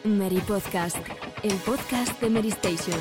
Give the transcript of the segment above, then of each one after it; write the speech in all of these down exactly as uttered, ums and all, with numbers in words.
Mary Podcast, el podcast de Mary Station.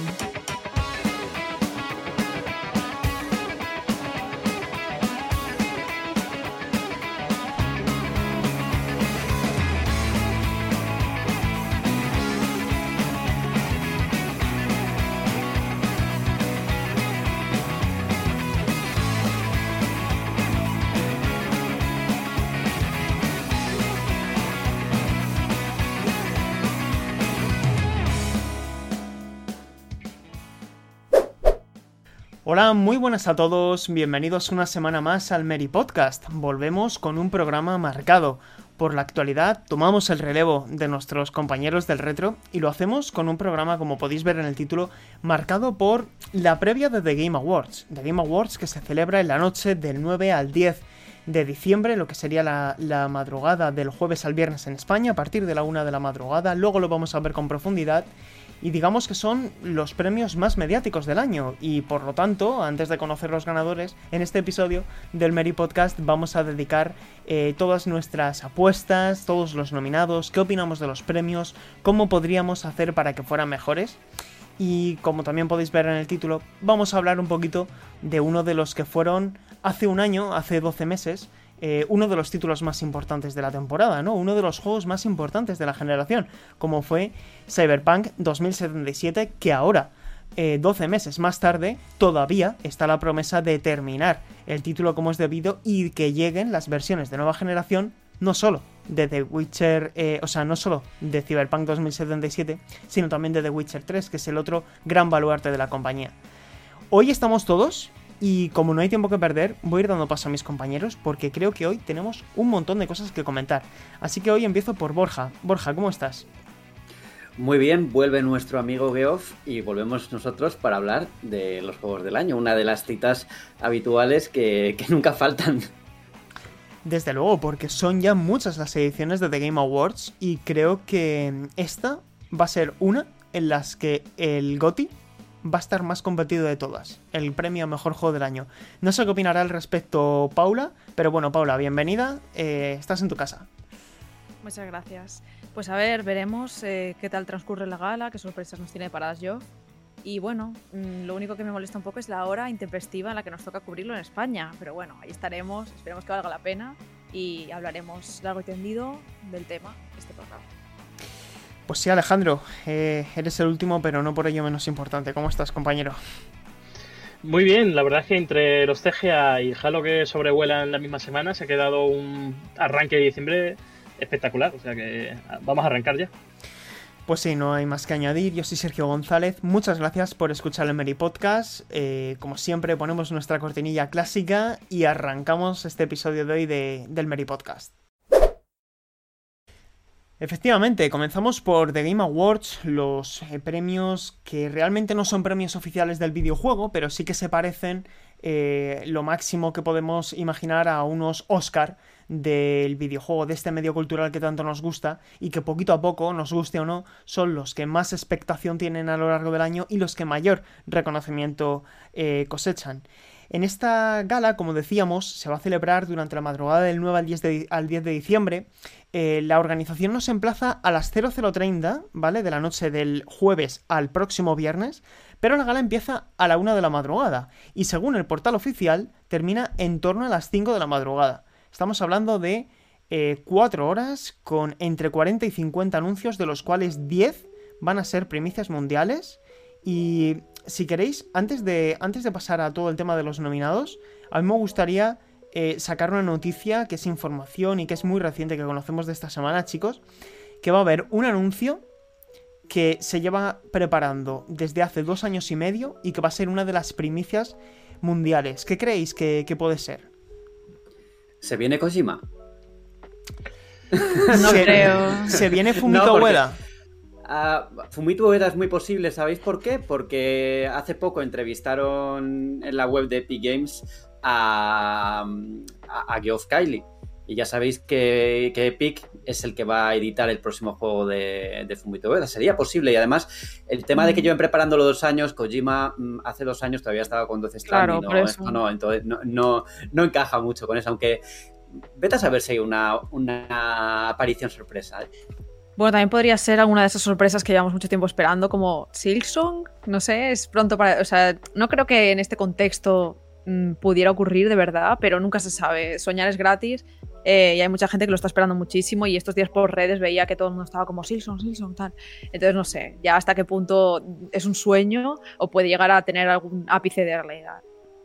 Hola, muy buenas a todos, bienvenidos una semana más al Mary Podcast. Volvemos con un programa marcado por la actualidad, tomamos el relevo de nuestros compañeros del retro y lo hacemos con un programa, como podéis ver en el título, marcado por la previa de The Game Awards. The Game Awards que se celebra en la noche del nueve al diez de diciembre, lo que sería la, la madrugada del jueves al viernes en España, a partir de la una de la madrugada, luego lo vamos a ver con profundidad. Y digamos que son los premios más mediáticos del año y por lo tanto, antes de conocer los ganadores, en este episodio del Mary Podcast vamos a dedicar eh, todas nuestras apuestas, todos los nominados, qué opinamos de los premios, cómo podríamos hacer para que fueran mejores. Y como también podéis ver en el título, vamos a hablar un poquito de uno de los que fueron hace un año, hace doce meses, Eh, uno de los títulos más importantes de la temporada, ¿no? Uno de los juegos más importantes de la generación, como fue Cyberpunk dos mil setenta y siete, que ahora, eh, doce meses más tarde, todavía está la promesa de terminar el título como es debido y que lleguen las versiones de nueva generación, no solo de The Witcher, eh, o sea, no solo de Cyberpunk dos mil setenta y siete, sino también de The Witcher tres, que es el otro gran baluarte de la compañía. Hoy estamos todos... Y como no hay tiempo que perder, voy a ir dando paso a mis compañeros porque creo que hoy tenemos un montón de cosas que comentar. Así que hoy empiezo por Borja. Borja, ¿cómo estás? Muy bien, vuelve nuestro amigo Geoff y volvemos nosotros para hablar de los juegos del año, una de las citas habituales que, que nunca faltan. Desde luego, porque son ya muchas las ediciones de The Game Awards y creo que esta va a ser una en las que el GOTY va a estar más competido de todas, el premio a mejor juego del año. No sé qué opinará al respecto Paula, pero bueno, Paula, bienvenida, eh, estás en tu casa. Muchas gracias. Pues a ver, veremos eh, qué tal transcurre la gala, qué sorpresas nos tiene paradas yo. Y bueno, mmm, lo único que me molesta un poco es la hora intempestiva en la que nos toca cubrirlo en España. Pero bueno, ahí estaremos, esperemos que valga la pena y hablaremos largo y tendido del tema este programa. Pues sí, Alejandro, eh, eres el último, pero no por ello menos importante. ¿Cómo estás, compañero? Muy bien, la verdad es que entre los T G A y Halo que sobrevuelan la misma semana se ha quedado un arranque de diciembre espectacular, o sea que vamos a arrancar ya. Pues sí, no hay más que añadir. Yo soy Sergio González, muchas gracias por escuchar el Mary Podcast. Eh, como siempre ponemos nuestra cortinilla clásica y arrancamos este episodio de hoy de, del Mary Podcast. Efectivamente, comenzamos por The Game Awards, los eh, premios que realmente no son premios oficiales del videojuego, pero sí que se parecen eh, lo máximo que podemos imaginar a unos Oscar del videojuego, de este medio cultural que tanto nos gusta y que poquito a poco, nos guste o no, son los que más expectación tienen a lo largo del año y los que mayor reconocimiento eh, cosechan. En esta gala, como decíamos, se va a celebrar durante la madrugada del nueve al diez de diciembre. Eh, la organización nos emplaza a las cero cero treinta, ¿vale? De la noche del jueves al próximo viernes, pero la gala empieza a la una de la madrugada y según el portal oficial termina en torno a las cinco de la madrugada. Estamos hablando de eh, cuatro horas con entre cuarenta y cincuenta anuncios, de los cuales diez van a ser primicias mundiales. Y si queréis, antes de, antes de pasar a todo el tema de los nominados, a mí me gustaría eh, sacar una noticia que es información y que es muy reciente, que conocemos de esta semana, chicos, que va a haber un anuncio que se lleva preparando desde hace dos años y medio y que va a ser una de las primicias mundiales. ¿Qué creéis que, que puede ser? ¿Se viene Kojima? No se, creo. ¿Se viene Fumito no, porque... Ueda? Uh, Fumito Ueda es muy posible, ¿sabéis por qué? Porque hace poco entrevistaron en la web de Epic Games a, a, a Geoff Keighley y ya sabéis que, que Epic es el que va a editar el próximo juego de, de Fumito Ueda. Sería posible y además el tema de que lleven preparándolo dos años, Kojima hace dos años todavía estaba con Death Stranding, claro, ¿no? Esto no, entonces no, no, no encaja mucho con eso, aunque vete a saber si hay una, una aparición sorpresa, ¿eh? Bueno, también podría ser alguna de esas sorpresas que llevamos mucho tiempo esperando, como Silksong. No sé, es pronto para... O sea, no creo que en este contexto mmm, pudiera ocurrir de verdad, pero nunca se sabe. Soñar es gratis eh, y hay mucha gente que lo está esperando muchísimo y estos días por redes veía que todo el mundo estaba como Silksong, Silksong, tal. Entonces no sé, ya hasta qué punto es un sueño o puede llegar a tener algún ápice de realidad.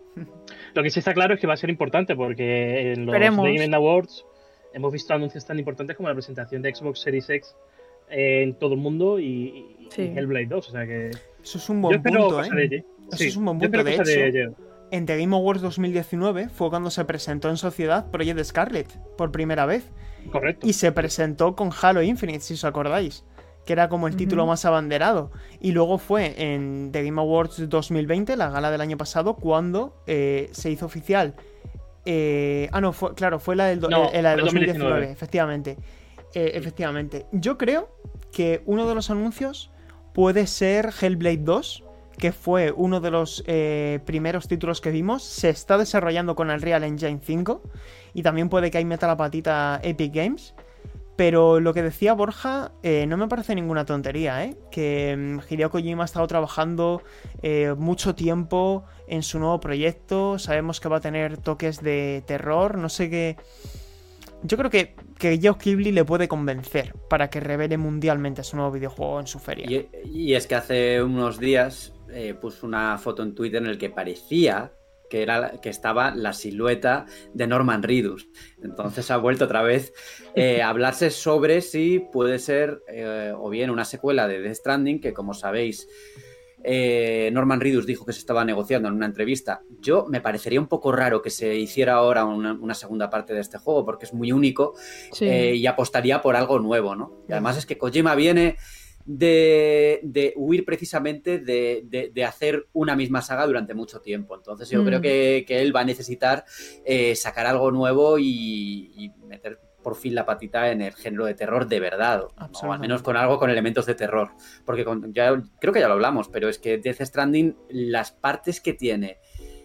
Lo que sí está claro es que va a ser importante porque en los Esperemos. Game Awards hemos visto anuncios tan importantes como la presentación de Xbox Series X eh, en todo el mundo y, Sí. y Hellblade dos, o sea que... Eso es un Yo buen espero punto, cosa ¿eh? de Ye- Eso sí, es un buen yo punto. espero De cosa de hecho, Ye- en The Game Awards dos mil diecinueve fue cuando se presentó en sociedad Project Scarlet por primera vez. Correcto. Y se presentó con Halo Infinite, si os acordáis, que era como el Ujú. título más abanderado. Y luego fue en The Game Awards dos mil veinte, la gala del año pasado, cuando eh, se hizo oficial. Eh, ah, no, fue, claro, fue la del, do- No, eh, la del fue dos mil diecinueve, dos mil diecinueve. efectivamente. Eh, efectivamente. Yo creo que uno de los anuncios puede ser Hellblade dos, que fue uno de los eh, primeros títulos que vimos. Se está desarrollando con el Unreal Engine cinco y también puede que ahí meta la patita Epic Games. Pero lo que decía Borja eh, no me parece ninguna tontería, ¿eh? Que mm, Hideo Kojima ha estado trabajando eh, mucho tiempo en su nuevo proyecto. Sabemos que va a tener toques de terror. No sé qué... Yo creo que, que Geoff Keighley le puede convencer para que revele mundialmente su nuevo videojuego en su feria. Y, y es que hace unos días eh, puso una foto en Twitter en el que parecía que, era, que estaba la silueta de Norman Reedus. Entonces ha vuelto otra vez eh, a hablarse sobre si puede ser eh, o bien una secuela de Death Stranding, que como sabéis eh, Norman Reedus dijo que se estaba negociando en una entrevista. Yo me parecería un poco raro que se hiciera ahora una, una segunda parte de este juego porque es muy único. Sí. eh, y apostaría por algo nuevo, ¿no? Y además es que Kojima viene de, de huir precisamente de, de, de hacer una misma saga durante mucho tiempo. Entonces yo Mm. creo que, que él va a necesitar eh, sacar algo nuevo y, y meter por fin la patita en el género de terror de verdad, o al menos con algo con elementos de terror, porque con, ya, creo que ya lo hablamos, pero es que Death Stranding, las partes que tiene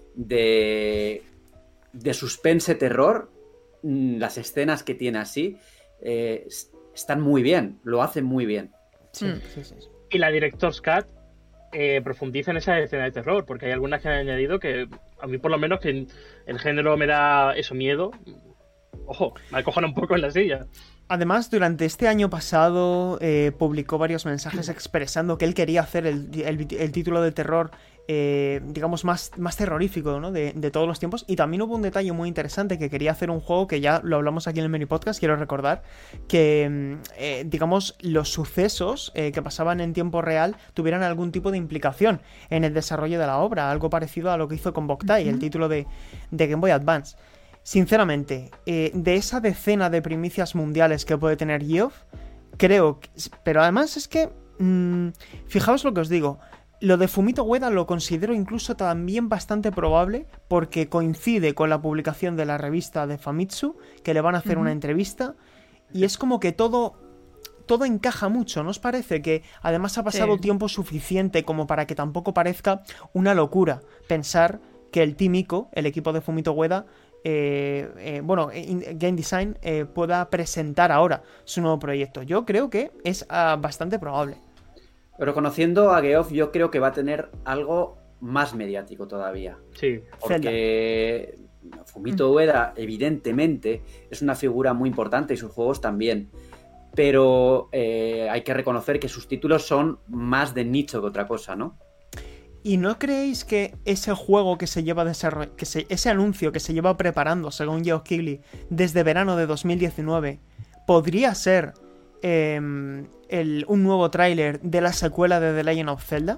de, de suspense terror, las escenas que tiene así, eh, están muy bien, lo hacen muy bien. Sí, Mm. sí, sí, sí. Y la Director's Cut eh, profundiza en esa escena de terror, porque hay algunas que han añadido que a mí por lo menos que el género me da eso, miedo. Ojo, me acojona un poco en la silla. Además, durante este año pasado eh, publicó varios mensajes expresando que él quería hacer el, el, el título de terror, eh, digamos, más, más terrorífico, ¿no? de, de todos los tiempos. Y también hubo un detalle muy interesante, que quería hacer un juego que ya lo hablamos aquí en el Mini Podcast, quiero recordar, que, eh, digamos, los sucesos eh, que pasaban en tiempo real tuvieran algún tipo de implicación en el desarrollo de la obra, algo parecido a lo que hizo con Boktai, uh-huh. el título de, de Game Boy Advance. Sinceramente, eh, de esa decena de primicias mundiales que puede tener Geoff, creo que... Pero además es que... Mmm, fijaos lo que os digo. Lo de Fumito Ueda lo considero incluso también bastante probable porque coincide con la publicación de la revista de Famitsu, que le van a hacer uh-huh. una entrevista, y es como que todo... Todo encaja mucho, ¿no os parece? Que además ha pasado sí. tiempo suficiente como para que tampoco parezca una locura pensar que el Team Ico, el equipo de Fumito Ueda, Eh, eh, bueno, Game Design eh, pueda presentar ahora su nuevo proyecto. Yo creo que es uh, bastante probable. Pero conociendo a Geoff, yo creo que va a tener algo más mediático todavía. Sí. Porque Zelda. Fumito Ueda, evidentemente, es una figura muy importante y sus juegos también. Pero eh, hay que reconocer que sus títulos son más de nicho que otra cosa, ¿no? ¿Y no creéis que ese juego que se lleva desarroll- que se, ese anuncio que se lleva preparando, según Geoff Keighley, desde verano de dos mil diecinueve, podría ser eh, el, un nuevo tráiler de la secuela de The Legend of Zelda?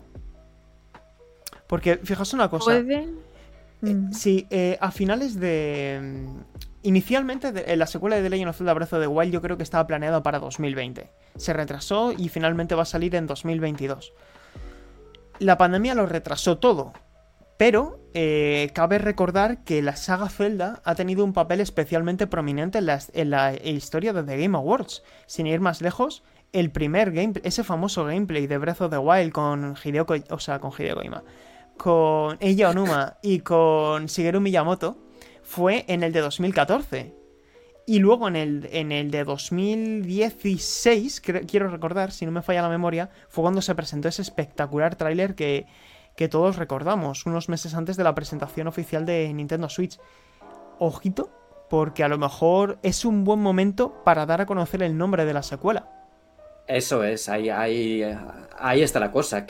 Porque, fijaos una cosa. ¿Puede? Eh, Mm. sí, eh, a finales de... Inicialmente, de, la secuela de The Legend of Zelda Breath of the Wild yo creo que estaba planeada para dos mil veinte. Se retrasó y finalmente va a salir en dos mil veintidós. La pandemia lo retrasó todo, pero eh, cabe recordar que la saga Zelda ha tenido un papel especialmente prominente en la, en la historia de The Game Awards. Sin ir más lejos, el primer gameplay, ese famoso gameplay de Breath of the Wild con Hideo, Ko- o sea, con Hideo Kojima, con Eiji Aonuma y con Shigeru Miyamoto, fue en el de dos mil catorce. Y luego en el, en el de dos mil dieciséis, cre- quiero recordar, si no me falla la memoria, fue cuando se presentó ese espectacular tráiler que, que todos recordamos, unos meses antes de la presentación oficial de Nintendo Switch. Ojito, porque a lo mejor es un buen momento para dar a conocer el nombre de la secuela. Eso es, ahí, ahí, ahí está la cosa,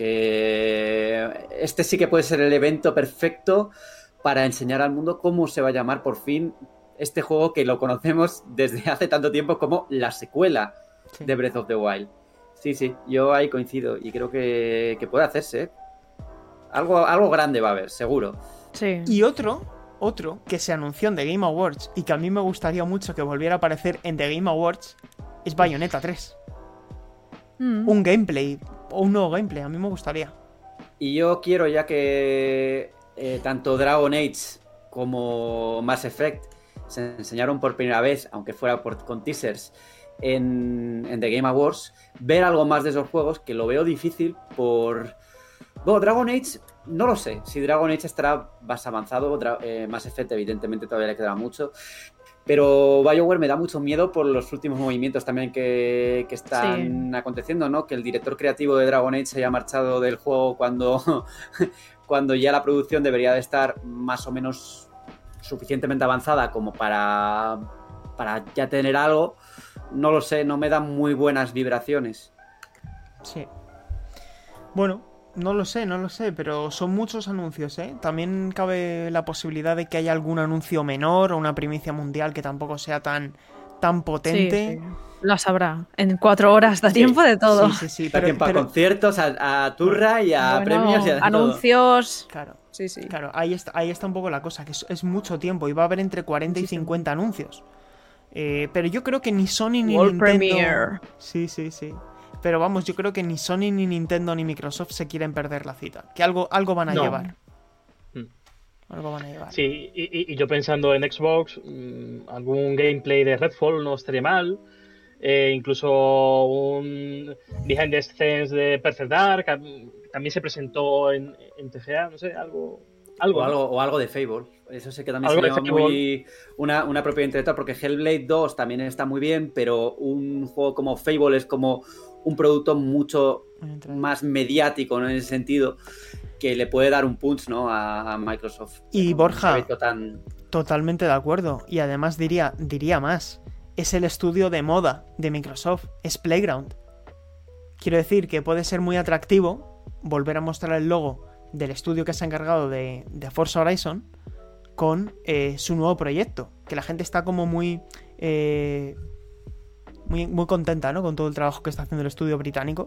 que este sí que puede ser el evento perfecto para enseñar al mundo cómo se va a llamar por fin este juego que lo conocemos desde hace tanto tiempo como la secuela Sí. de Breath of the Wild. Sí, sí, yo ahí coincido y creo que, que puede hacerse, ¿eh? Algo, algo grande va a haber, seguro. Sí. Y otro, otro que se anunció en The Game Awards y que a mí me gustaría mucho que volviera a aparecer en The Game Awards es Bayonetta tres. Mm. Un gameplay, o un nuevo gameplay, a mí me gustaría. Y yo quiero ya que eh, tanto Dragon Age como Mass Effect se enseñaron por primera vez, aunque fuera por, con teasers, en, en The Game Awards, ver algo más de esos juegos, que lo veo difícil por... Bueno, Dragon Age, no lo sé, si Dragon Age estará más avanzado, Dra- eh, Mass Effect evidentemente todavía le quedará mucho, pero BioWare me da mucho miedo por los últimos movimientos también que, que están Sí. aconteciendo, ¿no? Que el director creativo de Dragon Age se haya marchado del juego cuando, cuando ya la producción debería de estar más o menos suficientemente avanzada como para, para ya tener algo. No lo sé, no me dan muy buenas vibraciones. Sí. Bueno, no lo sé, no lo sé, pero son muchos anuncios, ¿eh? También cabe la posibilidad de que haya algún anuncio menor o una primicia mundial que tampoco sea tan, tan potente. Sí, sí. Lo sabrá. En cuatro horas da Sí. tiempo de todo. Sí, sí, sí, Está pero, tiempo a pero- conciertos, a, a turra y a Bueno, premios y a de todo. anuncios. claro, Sí, sí. claro, ahí está, ahí está un poco la cosa, que es, es mucho tiempo y va a haber entre cuarenta y Muchísimo. cincuenta anuncios. Eh, pero yo creo que ni Sony ni World Nintendo... Premiere. Sí, sí, sí. Pero vamos, yo creo que ni Sony, ni Nintendo, ni Microsoft se quieren perder la cita. Que algo, algo van a No. llevar. Mm. Algo van a llevar. Sí, y, y- y yo pensando en Xbox, mmm, algún gameplay de Redfall no estaría mal. Eh, incluso un behind the scenes de Perfect Dark mm, también se presentó en, en T G A, no sé, algo. Algo, O ¿no? algo, o algo de Fable. Eso sé que también Algo de sería Fable. muy una, una propiedad intelectual, porque Hellblade dos también está muy bien, pero un juego como Fable es como un producto mucho Entre- más mediático, ¿no? En ese sentido, que le puede dar un punch, ¿no? a, a Microsoft. Y Un Borja, proyecto tan... totalmente de acuerdo. Y además diría, diría más. Es el estudio de moda de Microsoft. Es Playground. Quiero decir que puede ser muy atractivo volver a mostrar el logo del estudio que se ha encargado de, de Forza Horizon con eh, su nuevo proyecto. Que la gente está como muy... eh, muy, muy contenta, ¿no? Con todo el trabajo que está haciendo el estudio británico.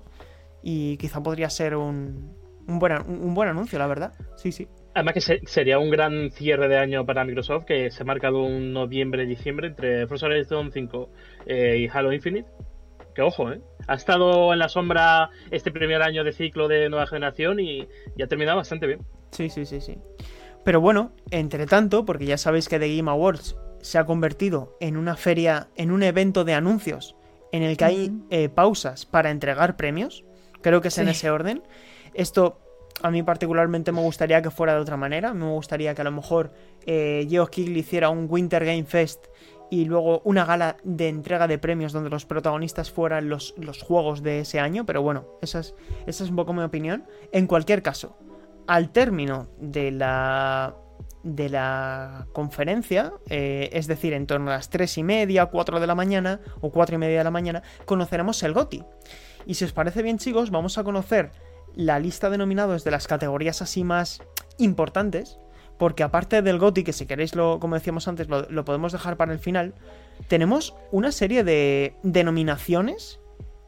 Y quizá podría ser un, un, buen, un, un buen anuncio, la verdad. Sí, sí. Además que se- sería un gran cierre de año para Microsoft, que se ha marcado un noviembre-diciembre entre Forza Horizon cinco eh, y Halo Infinite. Que ojo, ¿eh? Ha estado en la sombra este primer año de ciclo de nueva generación y, y ha terminado bastante bien. Sí, sí, sí, sí. Pero bueno, entre tanto, porque ya sabéis que The Game Awards se ha convertido en una feria, en un evento de anuncios en el que hay Ujú. eh, pausas para entregar premios. Creo que es en Sí. ese orden. Esto a mí particularmente me gustaría que fuera de otra manera. Me gustaría que a lo mejor eh, Geoff Keighley hiciera un Winter Game Fest y luego una gala de entrega de premios donde los protagonistas fueran los, los juegos de ese año. Pero bueno, esa es, esa es un poco mi opinión. En cualquier caso, al término de la, de la conferencia, eh, es decir, en torno a las tres y media, cuatro de la mañana o cuatro y media de la mañana, conoceremos el GOTY. Y si os parece bien, chicos, vamos a conocer la lista de nominados de las categorías así más importantes, porque aparte del GOTY, que si queréis, lo, como decíamos antes, lo, lo podemos dejar para el final, tenemos una serie de, de nominaciones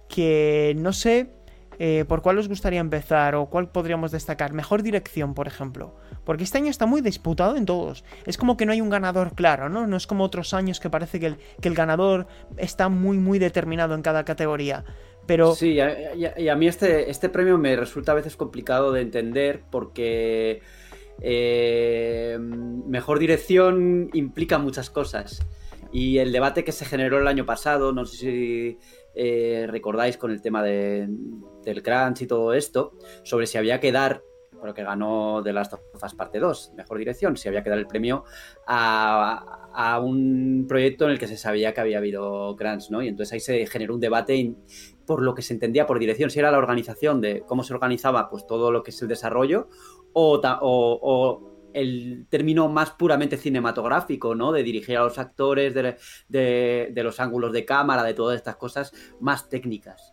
que no sé eh, por cuál os gustaría empezar o cuál podríamos destacar. Mejor dirección, por ejemplo, porque este año está muy disputado en todos. Es como que no hay un ganador claro, ¿no? No es como otros años que parece que el, que el ganador está muy, muy determinado en cada categoría. Pero Sí, y a, y a- y a mí este, este premio me resulta a veces complicado de entender porque eh, mejor dirección implica muchas cosas. Y el debate que se generó el año pasado, no sé si eh, recordáis con el tema de, del crunch y todo esto, sobre si había que dar pero que ganó The Last of Us Parte dos, mejor dirección, si había que dar el premio a, a un proyecto en el que se sabía que había habido grants, ¿no? Y entonces ahí se generó un debate in, por lo que se entendía por dirección, si era la organización de cómo se organizaba pues todo lo que es el desarrollo o, o, o el término más puramente cinematográfico, ¿no? De dirigir a los actores, de, de, de los ángulos de cámara, de todas estas cosas más técnicas.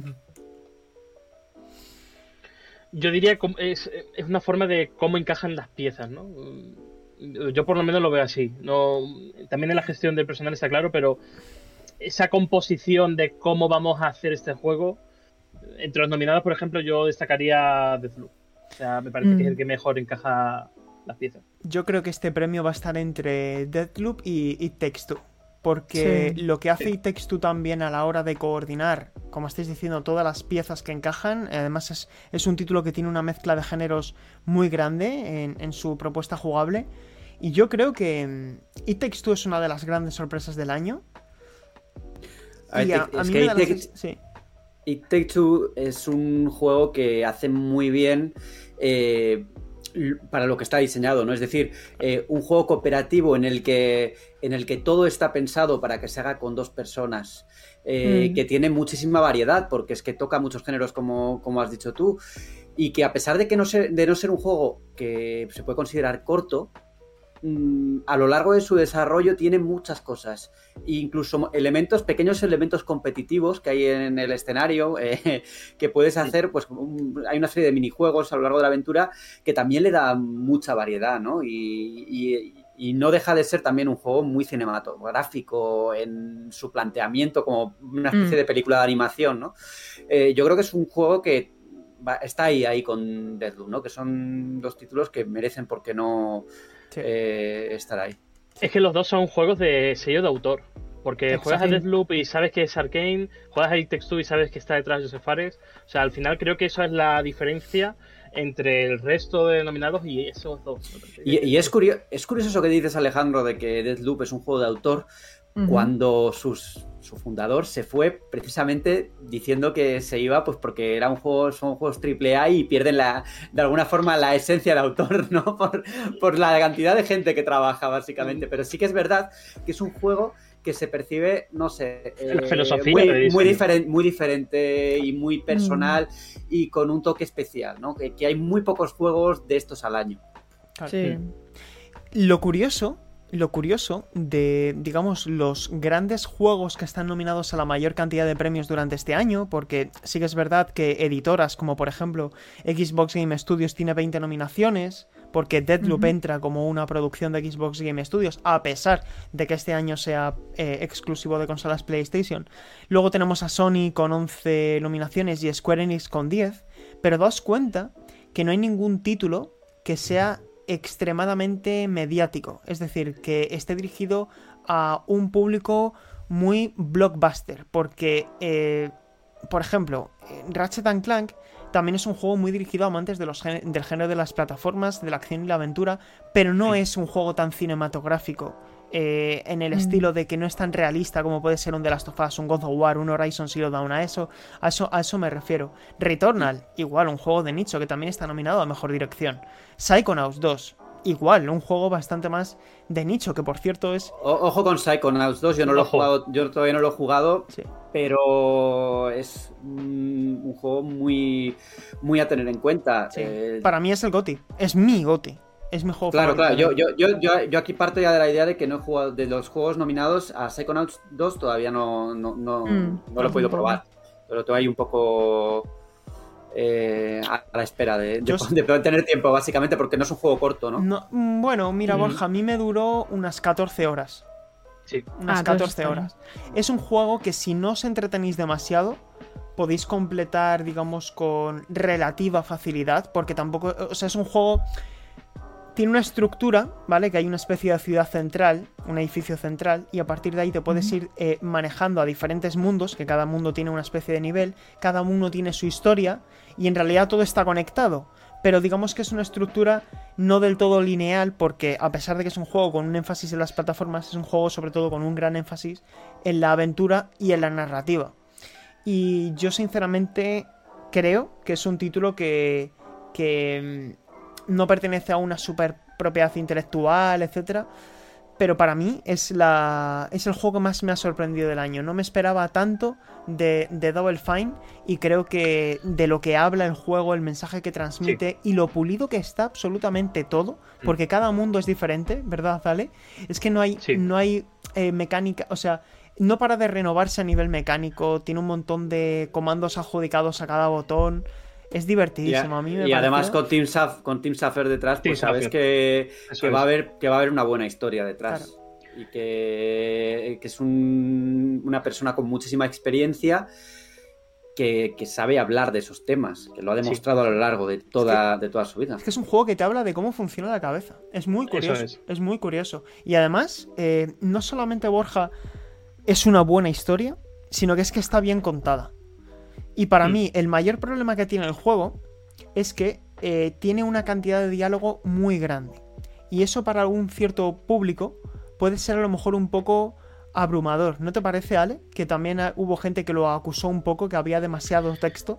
Yo diría que es, es una forma de cómo encajan las piezas, ¿no? Yo por lo menos lo veo así. No, también en la gestión del personal está claro, pero esa composición de cómo vamos a hacer este juego, entre los nominados, por ejemplo, yo destacaría Deathloop. O sea, me parece mm. que es el que mejor encaja las piezas. Yo creo que este premio va a estar entre Deathloop y It Takes Two. Porque sí. lo que hace It Takes Two también a la hora de coordinar, como estáis diciendo, todas las piezas que encajan, además es, es un título que tiene una mezcla de géneros muy grande en, en su propuesta jugable, y yo creo que It Takes Two es una de las grandes sorpresas del año. A, y a, a mí me da la... sí. It Takes Two es un juego que hace muy bien... Eh, para lo que está diseñado, ¿no? Es decir, eh, un juego cooperativo en el que en el que todo está pensado para que se haga con dos personas, eh, mm. que tiene muchísima variedad, porque es que toca muchos géneros, como, como has dicho tú, y que a pesar de que no ser, de no ser un juego que se puede considerar corto, a lo largo de su desarrollo tiene muchas cosas, incluso elementos, pequeños elementos competitivos que hay en el escenario, eh, que puedes hacer, pues un, hay una serie de minijuegos a lo largo de la aventura que también le da mucha variedad, ¿no? Y, y, y no deja de ser también un juego muy cinematográfico en su planteamiento, como una especie mm. de película de animación, ¿no? Eh, yo creo que es un juego que va, está ahí, ahí con Deathloop, ¿no? Que son dos títulos que merecen, porque no... Sí. Eh, estar ahí. Es que los dos son juegos de sello de autor, porque Exacto. juegas a Deathloop y sabes que es Arkane, juegas a It Takes Two y sabes que está detrás de Joseph Fares. O sea, al final creo que eso es la diferencia entre el resto de nominados y esos dos. Y, y es, curioso, es curioso eso que dices, Alejandro, de que Deathloop es un juego de autor, uh-huh. cuando sus, su fundador se fue precisamente diciendo que se iba pues porque era un juego, son juegos triple A y pierden la, de alguna forma la esencia del autor, ¿no? Por, por la cantidad de gente que trabaja, básicamente. Pero sí que es verdad que es un juego que se percibe, no sé, eh, muy, muy, diferente, muy diferente y muy personal mm. y con un toque especial, ¿no? Que, que hay muy pocos juegos de estos al año. Sí. Lo curioso, lo curioso de, digamos, los grandes juegos que están nominados a la mayor cantidad de premios durante este año, porque sí que es verdad que editoras como por ejemplo Xbox Game Studios tiene veinte nominaciones, porque Deathloop uh-huh. entra como una producción de Xbox Game Studios, a pesar de que este año sea eh, exclusivo de consolas PlayStation. Luego tenemos a Sony con once nominaciones y Square Enix con diez, pero daos cuenta que no hay ningún título que sea extremadamente mediático, es decir, que esté dirigido a un público muy blockbuster, porque, eh, por ejemplo, Ratchet and Clank también es un juego muy dirigido a amantes de los gen- del género de las plataformas, de la acción y la aventura, pero no es un juego tan cinematográfico, eh, en el mm. estilo de que no es tan realista como puede ser un The Last of Us, un God of War, un Horizon Zero Dawn. A eso, a eso, a eso me refiero. Returnal, igual, un juego de nicho que también está nominado a Mejor Dirección. Psychonauts dos, igual, un juego bastante más de nicho, que por cierto es... O- ojo con Psychonauts dos, yo no lo he jugado, yo todavía no lo he jugado, sí. pero es un, un juego muy, muy a tener en cuenta. Sí. Eh... Para mí es el GOTY, es mi GOTY. Es mi juego Claro, favorito. claro, yo, yo, yo, yo, yo aquí parto ya de la idea de que no he jugado, de los juegos nominados a Psychonauts dos todavía no, no, no, mm, no lo he podido probar, pero estoy ahí un poco eh, a la espera de, de, de poder tener tiempo, básicamente, porque no es un juego corto, ¿no? no bueno, mira, Borja, a mí me duró unas catorce horas. Sí. Unas ah, catorce horas. Es un juego que si no os entretenéis demasiado, podéis completar, digamos, con relativa facilidad, porque tampoco, o sea, es un juego... Tiene una estructura, ¿vale? Que hay una especie de ciudad central, un edificio central, y a partir de ahí te puedes ir eh, manejando a diferentes mundos, que cada mundo tiene una especie de nivel, cada uno tiene su historia, y en realidad todo está conectado. Pero digamos que es una estructura no del todo lineal, porque a pesar de que es un juego con un énfasis en las plataformas, es un juego sobre todo con un gran énfasis en la aventura y en la narrativa. Y yo sinceramente creo que es un título que... que mm, no pertenece a una super propiedad intelectual, etcétera. Pero para mí es la es el juego que más me ha sorprendido del año. No me esperaba tanto de, de Double Fine y creo que de lo que habla el juego, el mensaje que transmite sí. y lo pulido que está absolutamente todo, porque cada mundo es diferente, ¿verdad, Ale? Es que no hay, sí. no hay eh, mecánica, o sea, no para de renovarse a nivel mecánico, tiene un montón de comandos adjudicados a cada botón. Es divertidísimo, y, a mí me Y pareció... además con Team, Saf, con Team Suffer detrás, pues Team sabes Suffer. que, que, va a es. haber, que va a haber una buena historia detrás. Claro. Y que, que es un, una persona con muchísima experiencia que, que sabe hablar de esos temas, que lo ha demostrado sí. a lo largo de toda, es que, de toda su vida. Es que es un juego que te habla de cómo funciona la cabeza. Es muy curioso. Es. es muy curioso. Y además, eh, no solamente Borja es una buena historia, sino que es que está bien contada. Y para mm. mí, el mayor problema que tiene el juego es que eh, tiene una cantidad de diálogo muy grande. Y eso para algún cierto público puede ser a lo mejor un poco abrumador. ¿No te parece, Ale? Que también hubo gente que lo acusó un poco, que había demasiado texto.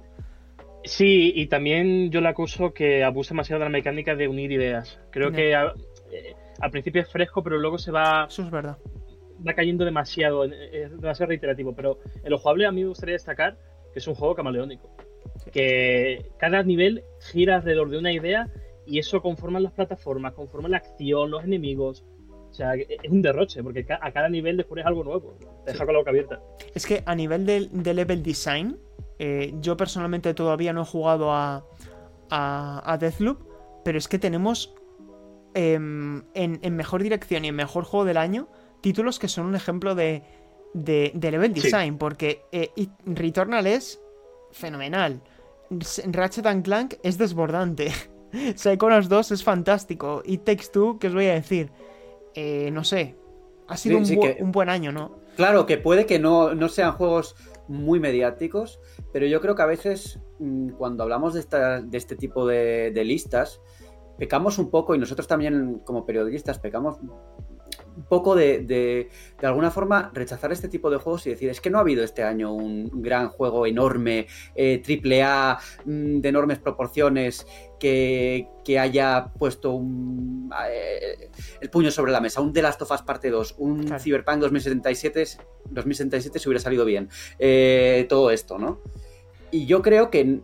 Sí, y también yo le acuso que abusa demasiado de la mecánica de unir ideas. Creo no. que a, eh, al principio es fresco, pero luego se va... Eso es verdad. Va cayendo demasiado, es demasiado reiterativo. Pero en lo jugable a mí me gustaría destacar que es un juego camaleónico. Sí. Que cada nivel gira alrededor de una idea y eso conforma las plataformas, conforma la acción, los enemigos. O sea, es un derroche, porque a cada nivel descubres algo nuevo. Te deja sí. con la boca abierta. Es que a nivel de, de level design, eh, yo personalmente todavía no he jugado a, a, a Deathloop, pero es que tenemos eh, en, en mejor dirección y en mejor juego del año títulos que son un ejemplo de, de, de level design, sí. porque eh, Returnal es fenomenal. Ratchet and Clank es desbordante. Psychonauts dos es fantástico. It Takes Two, ¿qué os voy a decir? Eh, no sé. Ha sido sí, un, sí bu- que, un buen año, ¿no? Claro, que puede que no, no sean juegos muy mediáticos, pero yo creo que a veces cuando hablamos de, esta, de este tipo de, de listas, pecamos un poco, y nosotros también como periodistas pecamos un poco de, de, de alguna forma, rechazar este tipo de juegos y decir, es que no ha habido este año un gran juego enorme, eh, triple A, mmm, de enormes proporciones, que, que haya puesto un, eh, el puño sobre la mesa, un The Last of Us parte dos, un claro. Cyberpunk dos mil setenta y siete, dos mil setenta y siete se hubiera salido bien, eh, todo esto, ¿no? Y yo creo que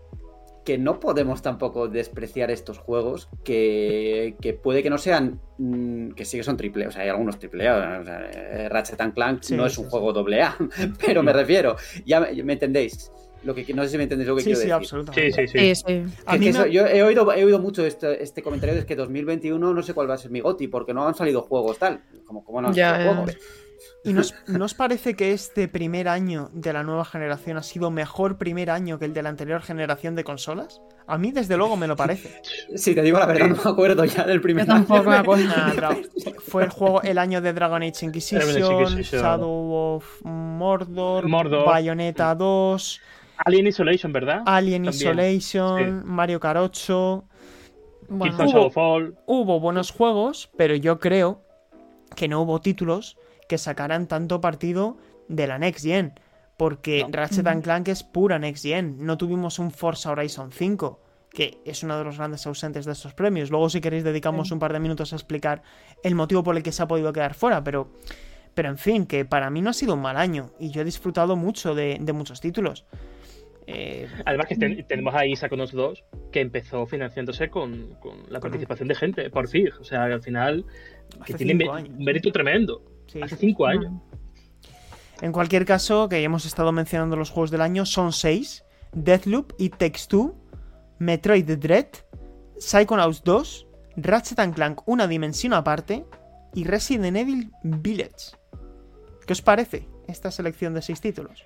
que no podemos tampoco despreciar estos juegos que, que puede que no sean, que sí que son triple, o sea, hay algunos triple A, o sea, Ratchet and Clank sí, no es un sí, juego doble A, pero me refiero, ya me, me entendéis, lo que no sé si me entendéis lo que sí, quiero sí, decir. Absolutamente. Sí, sí, sí. sí, sí. A mí eso, me... Yo he oído, he oído mucho este, este comentario de que dos mil veintiuno no sé cuál va a ser mi GOTY, porque no han salido juegos tal, como, como no han ya, salido ya. juegos. ¿Y nos, nos parece que este primer año de la nueva generación ha sido mejor primer año que el de la anterior generación de consolas? A mí, desde luego, me lo parece. Sí, te digo la verdad, no me acuerdo ya del primer Yo tampoco año. me acuerdo. Nah, fue el juego, el año de Dragon Age Inquisition, Inquisition. Shadow of Mordor, Mordor, Bayonetta dos, Alien Isolation, ¿verdad? Alien También. Isolation, sí. Mario Kart ocho. Bueno, hubo, hubo buenos juegos, pero yo creo que no hubo títulos que sacaran tanto partido de la Next Gen, porque no. Ratchet and Clank es pura Next Gen. No tuvimos un Forza Horizon cinco, que es uno de los grandes ausentes de estos premios. Luego, si queréis, dedicamos sí. un par de minutos a explicar el motivo por el que se ha podido quedar fuera, pero, pero en fin, que para mí no ha sido un mal año, y yo he disfrutado mucho de, de muchos títulos. Eh... Además que ten, tenemos ahí Psychonauts dos, que empezó financiándose con, con la participación de gente, por fin. O sea, al final, que Hace tiene un mérito tremendo. Sí, Hace cinco sí. años. En cualquier caso, que ya hemos estado mencionando los juegos del año, son seis: Deathloop, It Takes Two, Metroid Dread, Psychonauts dos, Ratchet and Clank Una Dimensión Aparte y Resident Evil Village. ¿Qué os parece esta selección de seis títulos?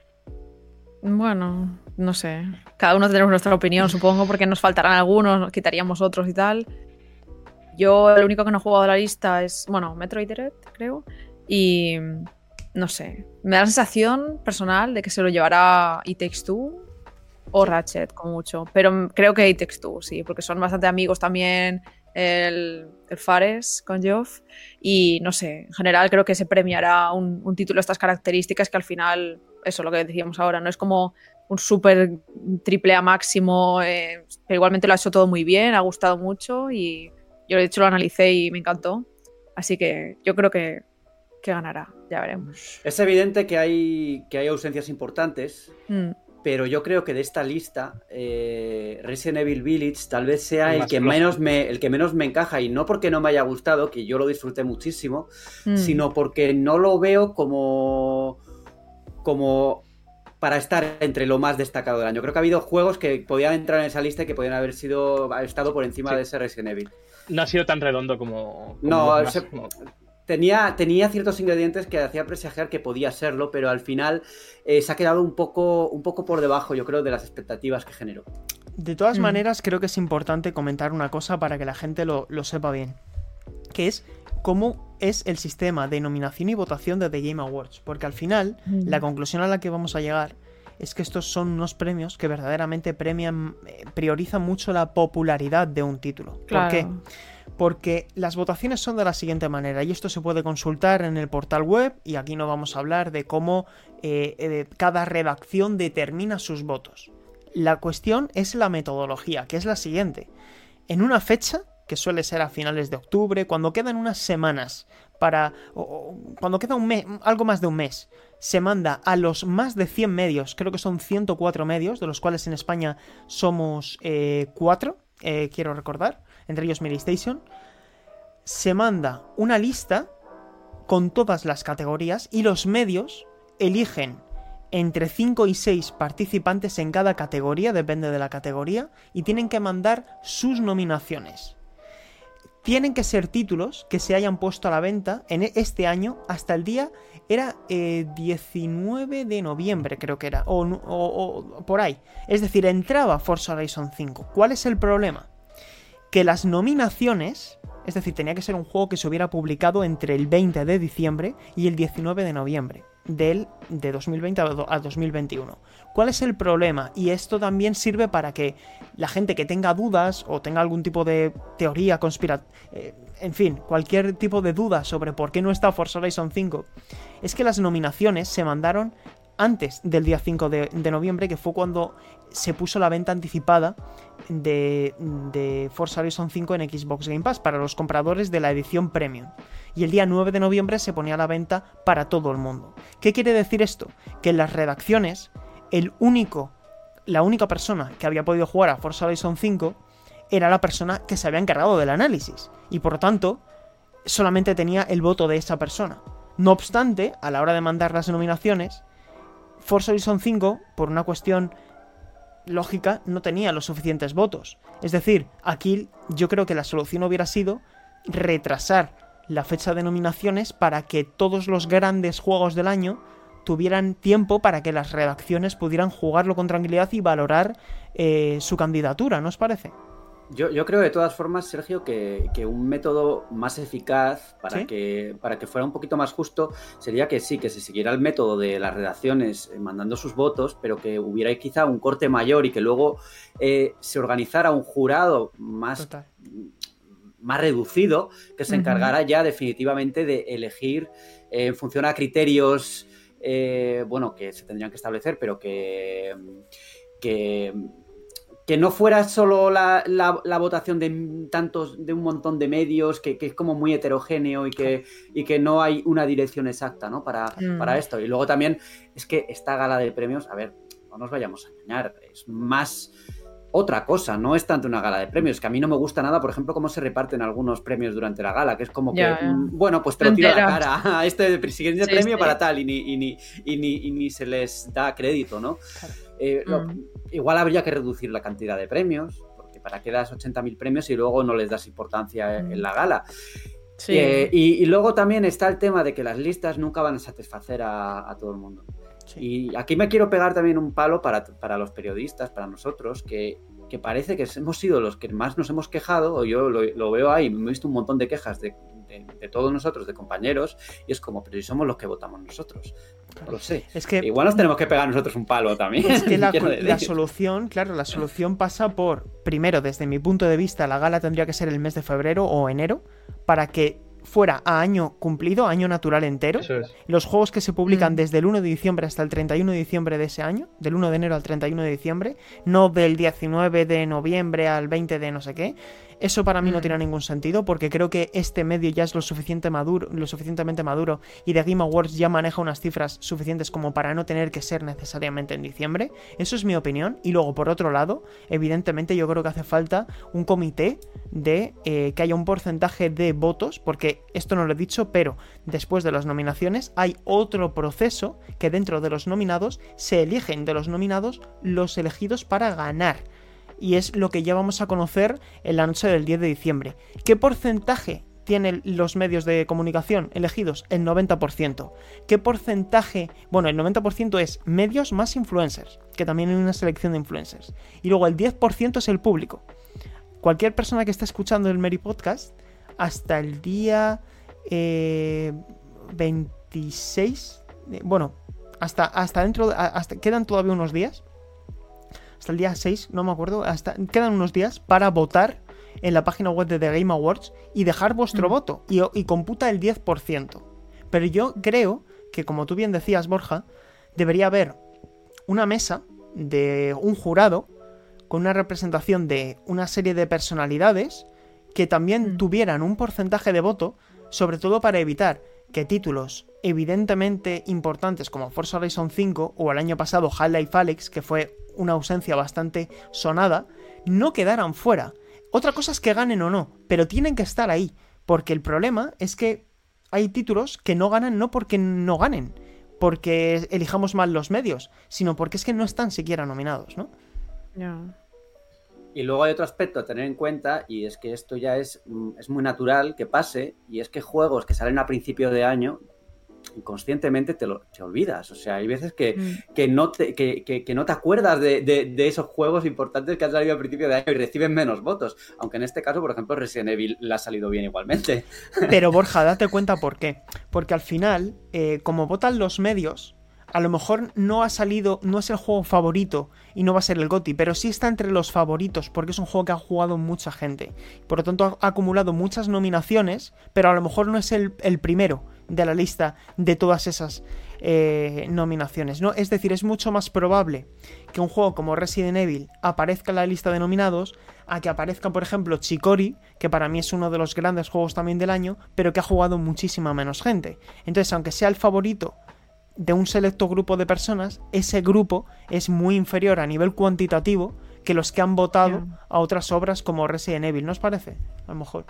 Bueno, no sé. Cada uno tenemos nuestra opinión, supongo, porque nos faltarán algunos, nos quitaríamos otros y tal. Yo, el único que no he jugado a la lista es, bueno, Metroid Dread, creo. Y no sé, me da la sensación personal de que se lo llevará It Takes Two o Ratchet, como mucho. Pero creo que It Takes Two, sí, porque son bastante amigos también el, el Fares con Geoff. Y no sé, en general creo que se premiará un, un título de estas características que al final, eso, lo que decíamos ahora, no es como un súper triple A máximo, eh, pero igualmente lo ha hecho todo muy bien, ha gustado mucho y yo de hecho lo analicé y me encantó. Así que yo creo que, que ganará, ya veremos. Es evidente que hay, que hay ausencias importantes, Mm. pero yo creo que de esta lista eh, Resident Evil Village tal vez sea El el más que, flojo. menos me, el que menos me encaja, y no porque no me haya gustado, que yo lo disfruté muchísimo, Mm. sino porque no lo veo como, como para estar entre lo más destacado del año. Creo que ha habido juegos que podían entrar en esa lista y que podían haber sido haber estado por encima Sí. de ese Resident Evil. No ha sido tan redondo como. como No, los se- demás, no. Tenía, tenía ciertos ingredientes que hacía presagiar que podía serlo, pero al final eh, se ha quedado un poco, un poco por debajo, yo creo, de las expectativas que generó. De todas Mm. maneras, creo que es importante comentar una cosa para que la gente lo, lo sepa bien, que es cómo es el sistema de nominación y votación de The Game Awards, porque al final, Mm. la conclusión a la que vamos a llegar es que estos son unos premios que verdaderamente premian, eh, priorizan mucho la popularidad de un título. Claro. ¿Por qué? Porque las votaciones son de la siguiente manera, y esto se puede consultar en el portal web, y aquí no vamos a hablar de cómo eh, eh, cada redacción determina sus votos. La cuestión es la metodología, que es la siguiente. En una fecha, que suele ser a finales de octubre, cuando quedan unas semanas para... o- o cuando queda un mes, algo más de un mes, se manda a los más de cien medios, creo que son ciento cuatro medios, de los cuales en España somos cuatro, quiero recordar, entre ellos Meristation, se manda una lista con todas las categorías y los medios eligen entre cinco y seis participantes en cada categoría, depende de la categoría, y tienen que mandar sus nominaciones. Tienen que ser títulos que se hayan puesto a la venta en este año hasta el día, era eh, diecinueve de noviembre creo que era, o, o, o por ahí. Es decir, entraba Forza Horizon cinco. ¿Cuál es el problema? Que las nominaciones, es decir, tenía que ser un juego que se hubiera publicado entre el veinte de diciembre y el diecinueve de noviembre del, de dos mil veinte a dos mil veintiuno. ¿Cuál es el problema? Y esto también sirve para que la gente que tenga dudas o tenga algún tipo de teoría conspirativa, eh, en fin, cualquier tipo de duda sobre por qué no está Forza Horizon cinco, es que las nominaciones se mandaron antes del día cinco de, de noviembre, que fue cuando se puso la venta anticipada de, de Forza Horizon cinco en Xbox Game Pass para los compradores de la edición Premium. Y el día nueve de noviembre se ponía a la venta para todo el mundo. ¿Qué quiere decir esto? Que en las redacciones, el único, la única persona que había podido jugar a Forza Horizon cinco era la persona que se había encargado del análisis. Y por lo tanto, solamente tenía el voto de esa persona. No obstante, a la hora de mandar las nominaciones, Forza Horizon cinco, por una cuestión lógica, no tenía los suficientes votos. Es decir, aquí yo creo que la solución hubiera sido retrasar la fecha de nominaciones para que todos los grandes juegos del año tuvieran tiempo para que las redacciones pudieran jugarlo con tranquilidad y valorar eh, su candidatura, ¿no os parece? Yo, yo creo de todas formas, Sergio, que, que un método más eficaz para, ¿Sí? que, para que fuera un poquito más justo sería que sí, que se siguiera el método de las redacciones eh, mandando sus votos, pero que hubiera quizá un corte mayor y que luego eh, se organizara un jurado más, Total. más reducido que se Ujú. encargara ya definitivamente de elegir eh, en función a criterios, eh, bueno, que se tendrían que establecer, pero que... que que no fuera solo la, la, la votación de tantos, de un montón de medios, que, que es como muy heterogéneo y que, y que no hay una dirección exacta, ¿no? Para, Mm. para esto. Y luego también es que esta gala de premios, a ver, no nos vayamos a engañar, es más otra cosa, no es tanto una gala de premios, que a mí no me gusta nada, por ejemplo, cómo se reparten algunos premios durante la gala, que es como Ya, que, ya. mm, bueno, pues te lo tiro a la Enteras. cara, a este siguiente Sí, premio sí. para tal, y ni, y, ni, y, ni, y ni se les da crédito, ¿no? Claro. Eh, lo- Mm. Igual habría que reducir la cantidad de premios, porque para qué das ochenta mil premios y luego no les das importancia en Mm. la gala. Sí. Eh, y, y luego también está el tema de que las listas nunca van a satisfacer a, a todo el mundo. Sí. Y aquí me quiero pegar también un palo para, para los periodistas, para nosotros, que, que parece que hemos sido los que más nos hemos quejado, o yo lo, lo veo ahí, me he visto un montón de quejas de, de, de todos nosotros, de compañeros, y es como, pero si somos los que votamos nosotros. No lo sé. Es que Igual nos tenemos que pegar nosotros un palo también. Es que la, quiero decir. la solución, claro, la solución pasa por, primero, desde mi punto de vista, la gala tendría que ser el mes de febrero o enero, para que fuera a año cumplido, año natural entero. Eso es. Los juegos que se publican Mm. desde el uno de diciembre hasta el treinta y uno de diciembre de ese año, del uno de enero al treinta y uno de diciembre, no del diecinueve de noviembre al veinte de no sé qué. Eso para mí no Mm. tiene ningún sentido, porque creo que este medio ya es lo, suficiente maduro, lo suficientemente maduro y The Game Awards ya maneja unas cifras suficientes como para no tener que ser necesariamente en diciembre. Eso es mi opinión. Y luego, por otro lado, evidentemente yo creo que hace falta un comité de eh, que haya un porcentaje de votos, porque esto no lo he dicho, pero después de las nominaciones hay otro proceso que dentro de los nominados se eligen de los nominados los elegidos para ganar. Y es lo que ya vamos a conocer en la noche del diez de diciembre. ¿Qué porcentaje tienen los medios de comunicación elegidos? El noventa por ciento. ¿Qué porcentaje? Bueno, el noventa por ciento es medios más influencers, que también hay una selección de influencers. Y luego el diez por ciento es el público. Cualquier persona que esté escuchando el Meri Podcast, hasta el día eh, veintiséis, eh, bueno, hasta, hasta dentro, hasta, quedan todavía unos días, hasta el día seis, no me acuerdo, hasta quedan unos días para votar en la página web de The Game Awards y dejar vuestro Mm. voto, y, y computa el diez por ciento. Pero yo creo que, como tú bien decías, Borja, debería haber una mesa de un jurado con una representación de una serie de personalidades que también Mm. tuvieran un porcentaje de voto, sobre todo para evitar que títulos evidentemente importantes como Forza Horizon cinco o el año pasado Half-Life Alyx, que fue una ausencia bastante sonada, no quedaran fuera. Otra cosa es que ganen o no, pero tienen que estar ahí, porque el problema es que hay títulos que no ganan no porque no ganen, porque elijamos mal los medios, sino porque es que no están siquiera nominados, ¿no? Ya. Y luego hay otro aspecto a tener en cuenta, y es que esto ya es, es muy natural que pase, y es que juegos que salen a principio de año, inconscientemente te, lo, te olvidas. O sea, hay veces que, Mm. que, no, te, que, que, que no te acuerdas de, de, de esos juegos importantes que han salido a principio de año y reciben menos votos. Aunque en este caso, por ejemplo, Resident Evil le ha salido bien igualmente. Pero Borja, date cuenta por qué. Porque al final, eh, como votan los medios, a lo mejor no ha salido, no es el juego favorito y no va a ser el GOTY, pero sí está entre los favoritos porque es un juego que ha jugado mucha gente. Por lo tanto, ha acumulado muchas nominaciones, pero a lo mejor no es el, el primero de la lista de todas esas eh, nominaciones, ¿no? Es decir, es mucho más probable que un juego como Resident Evil aparezca en la lista de nominados a que aparezca, por ejemplo, Chicory, que para mí es uno de los grandes juegos también del año, pero que ha jugado muchísima menos gente. Entonces, aunque sea el favorito de un selecto grupo de personas, ese grupo es muy inferior a nivel cuantitativo que los que han votado Yeah. a otras obras como Resident Evil, ¿no os parece? A lo mejor.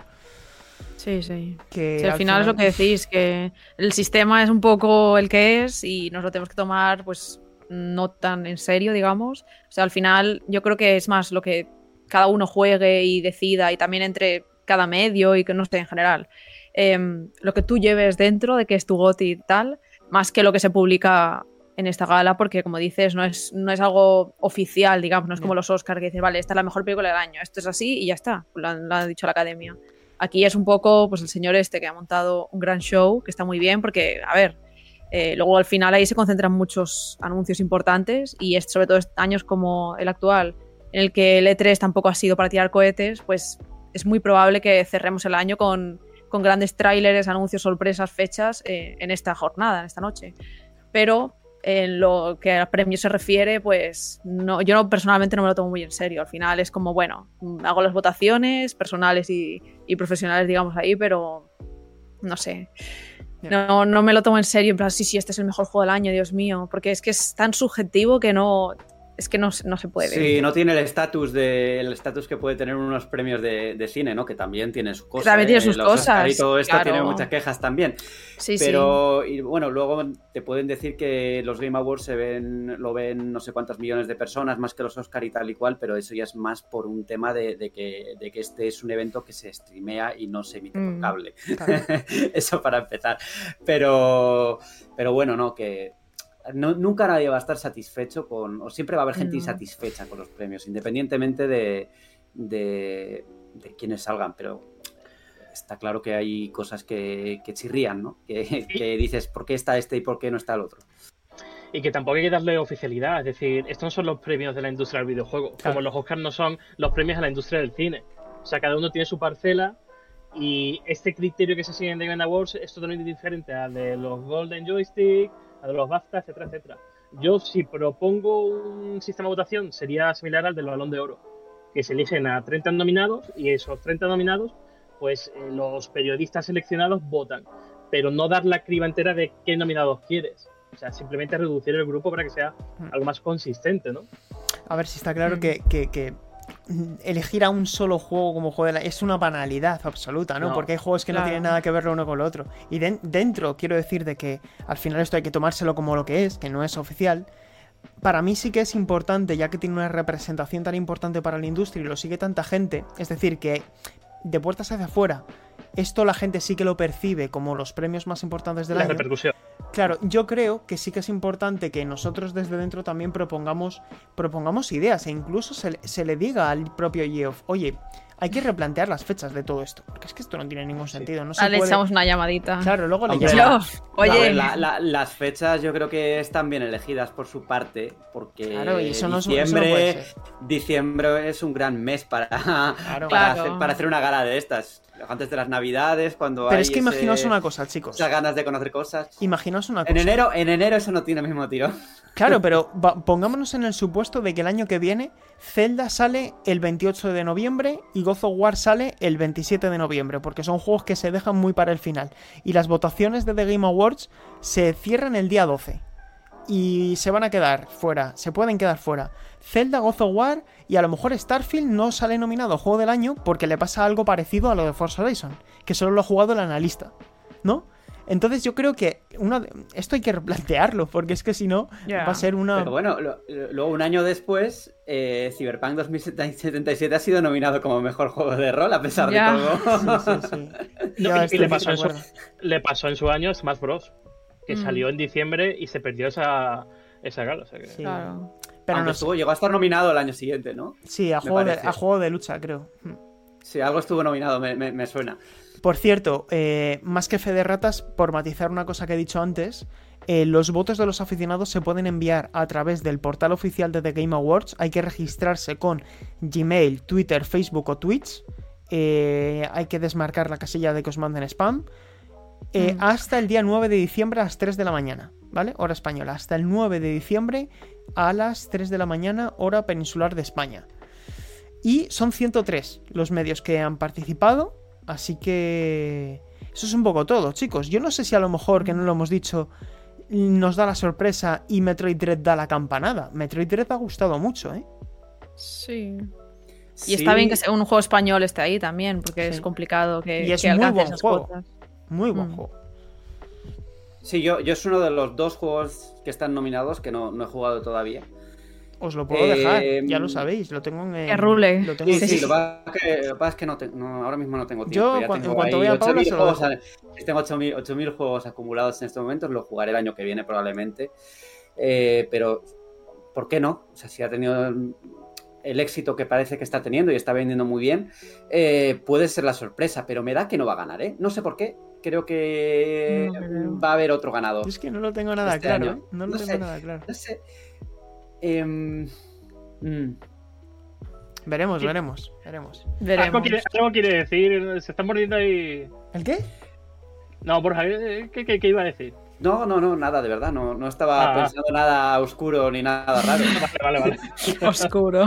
Sí, sí. Que Sí, al final es lo que decís, que el sistema es un poco el que es y nos lo tenemos que tomar pues no tan en serio, digamos. O sea, al final yo creo que es más lo que cada uno juegue y decida, y también entre cada medio y que no sé, en general. Eh, lo que tú lleves dentro de que es tu GOTY y tal, más que lo que se publica en esta gala, porque como dices, no es, no es algo oficial, digamos, no es como los Oscars que dices, vale, esta es la mejor película del año, esto es así y ya está, lo han, lo ha dicho la academia. Aquí es un poco pues el señor este que ha montado un gran show, que está muy bien, porque, a ver, eh, luego al final ahí se concentran muchos anuncios importantes, y es, sobre todo años como el actual, en el que el E tres tampoco ha sido para tirar cohetes, pues es muy probable que cerremos el año con, con grandes tráileres, anuncios, sorpresas, fechas eh, en esta jornada, en esta noche. Pero en lo que a premios se refiere, pues no, yo no, personalmente no me lo tomo muy en serio. Al final es como, bueno, hago las votaciones personales y, y profesionales, digamos, ahí, pero no sé. No, no me lo tomo en serio, en plan, sí, sí, este es el mejor juego del año, Dios mío, porque es que es tan subjetivo que no... Es que no, no se puede. Sí, no tiene el estatus de el estatus que puede tener unos premios de, de cine, ¿no? Que también tiene sus cosas. También tiene ¿eh? sus Los cosas. Oscar y todo esto claro. tiene muchas quejas también. Sí, Pero, sí. y bueno, luego te pueden decir que los Game Awards se ven, lo ven no sé cuántos millones de personas, más que los Oscar y tal y cual, pero eso ya es más por un tema de, de, que, de que este es un evento que se streamea y no se emite por Mm, cable. claro. Eso para empezar. Pero, pero bueno, no, que... No, nunca nadie va a estar satisfecho con... O siempre va a haber gente No. insatisfecha con los premios, independientemente de, de, de quiénes salgan, pero está claro que hay cosas que, que chirrían, ¿no? Que, que dices, ¿por qué está este y por qué no está el otro? Y que tampoco hay que darle oficialidad, es decir, estos no son los premios de la industria del videojuego, Claro. como los Oscars no son los premios a la industria del cine. O sea, cada uno tiene su parcela Y este criterio que se sigue en The Game Awards es totalmente diferente al de los Golden Joystick, a de los BAFTA, etcétera, etcétera. Yo, si propongo un sistema de votación, sería similar al del Balón de Oro, que se eligen a treinta nominados y esos treinta nominados, pues eh, los periodistas seleccionados votan, pero no dar la criba entera de qué nominados quieres. O sea, simplemente reducir el grupo para que sea algo más consistente, ¿no? A ver si está claro que, que, que elegir a un solo juego como juego de la... es una banalidad absoluta, ¿no? No, Porque hay juegos que claro. no tienen nada que ver lo uno con lo otro. Y de- dentro, quiero decir de que al final esto hay que tomárselo como lo que es, que no es oficial. Para mí sí que es importante, ya que tiene una representación tan importante para la industria y lo sigue tanta gente, es decir, que de puertas hacia afuera, esto la gente sí que lo percibe como los premios más importantes del La año. repercusión. Claro, yo creo que sí que es importante que nosotros desde dentro también propongamos, propongamos ideas e incluso se, se le diga al propio Geoff, oye, hay que replantear las fechas de todo esto, porque es que esto no tiene ningún sentido. No se Ah, le puede... echamos una llamadita. Claro, luego le Hombre, llaman. Geoff, A ver, oye, la- la- las fechas yo creo que están bien elegidas por su parte, porque Claro, y eso no es- eso no diciembre, puede ser. diciembre es un gran mes para, para, Claro. hacer, para hacer una gala de estas. Antes de las navidades, cuando Pero hay es que ese- imaginaos una cosa, chicos. esas ganas de conocer cosas. Imaginaos una cosa. En enero, en enero eso no tiene el mismo tiro. Claro, pero va- pongámonos en el supuesto de que el año que viene Zelda sale el veintiocho de noviembre y God of War sale el veintisiete de noviembre, porque son juegos que se dejan muy para el final. Y las votaciones de The Game Awards se cierran el día doce. Y se van a quedar fuera, se pueden quedar fuera Zelda, God of War y a lo mejor Starfield no sale nominado a Juego del Año porque le pasa algo parecido a lo de Forza Horizon, que solo lo ha jugado el analista, ¿no? Entonces yo creo que una de... esto hay que replantearlo, porque es que si no Ya. va a ser una... Pero bueno, lo- lo- luego un año después, eh, Cyberpunk dos mil setenta y siete ha sido nominado como mejor juego de rol, a pesar Ya. de todo. Sí, sí, sí. No, Ya y- y estoy le de pasó, en su, acuerdo. le pasó en su año Smash Bros. Que Mm. salió en diciembre y se perdió esa, esa gala. O sea que... Sí. claro. Pero Aunque no estuvo, llegó a estar nominado el año siguiente, ¿no? Sí, a me juego, de, parece. a juego de lucha, creo. Sí, algo estuvo nominado, me, me- me suena. Por cierto, eh, más que fe de ratas, por matizar una cosa que he dicho antes, eh, los votos de los aficionados se pueden enviar a través del portal oficial de The Game Awards. Hay que registrarse con Gmail, Twitter, Facebook o Twitch. Eh, hay que desmarcar la casilla de que os manden spam. Eh, Mm. Hasta el día nueve de diciembre a las tres de la mañana, ¿vale? Hora española. Hasta el nueve de diciembre a las tres de la mañana, hora peninsular de España. Y son ciento tres los medios que han participado. Así que eso es un poco todo, chicos. Yo no sé si a lo mejor, que no lo hemos dicho, nos da la sorpresa y Metroid Dread da la campanada. Metroid Dread ha gustado mucho, ¿eh? Sí. Y Sí, está bien que sea un juego español esté ahí también, porque Sí. es complicado que, Y es que muy alcance buen esas juego. cuotas. Muy buen Mm. juego. Sí, yo, yo es uno de los dos juegos que están nominados que no, no he jugado todavía. Os lo puedo Eh, dejar, ya lo sabéis. Lo tengo en. Que rule. Lo tengo Sí, en- sí, lo que pasa es que, lo que, pasa es que no, te- no, ahora mismo no tengo tiempo. Yo, ya cuan- tengo en cuanto ahí vea a ocho Paula, mil se lo juegos, dejo. a- tengo ocho mil ocho mil juegos acumulados en estos momentos, lo jugaré el año que viene probablemente. Eh, pero, ¿por qué no? O sea, si ha tenido el, el éxito que parece que está teniendo y está vendiendo muy bien, eh, puede ser la sorpresa, pero me da que no va a ganar, ¿eh? No sé por qué. Creo que No creo. va a haber otro ganador. Es que no lo tengo nada Este claro, año. ¿eh? No lo No tengo sé. nada claro. No sé. Em, mm. Veremos, Sí. veremos, veremos. Veremos. Algo quiere, algo quiere decir, se están poniendo ahí... ¿El qué? No, Borja, ¿qué, qué, qué iba a decir? No, no, no, nada, de verdad. No, no estaba Ah. pensando nada oscuro ni nada raro. Vale, vale, vale. Oscuro.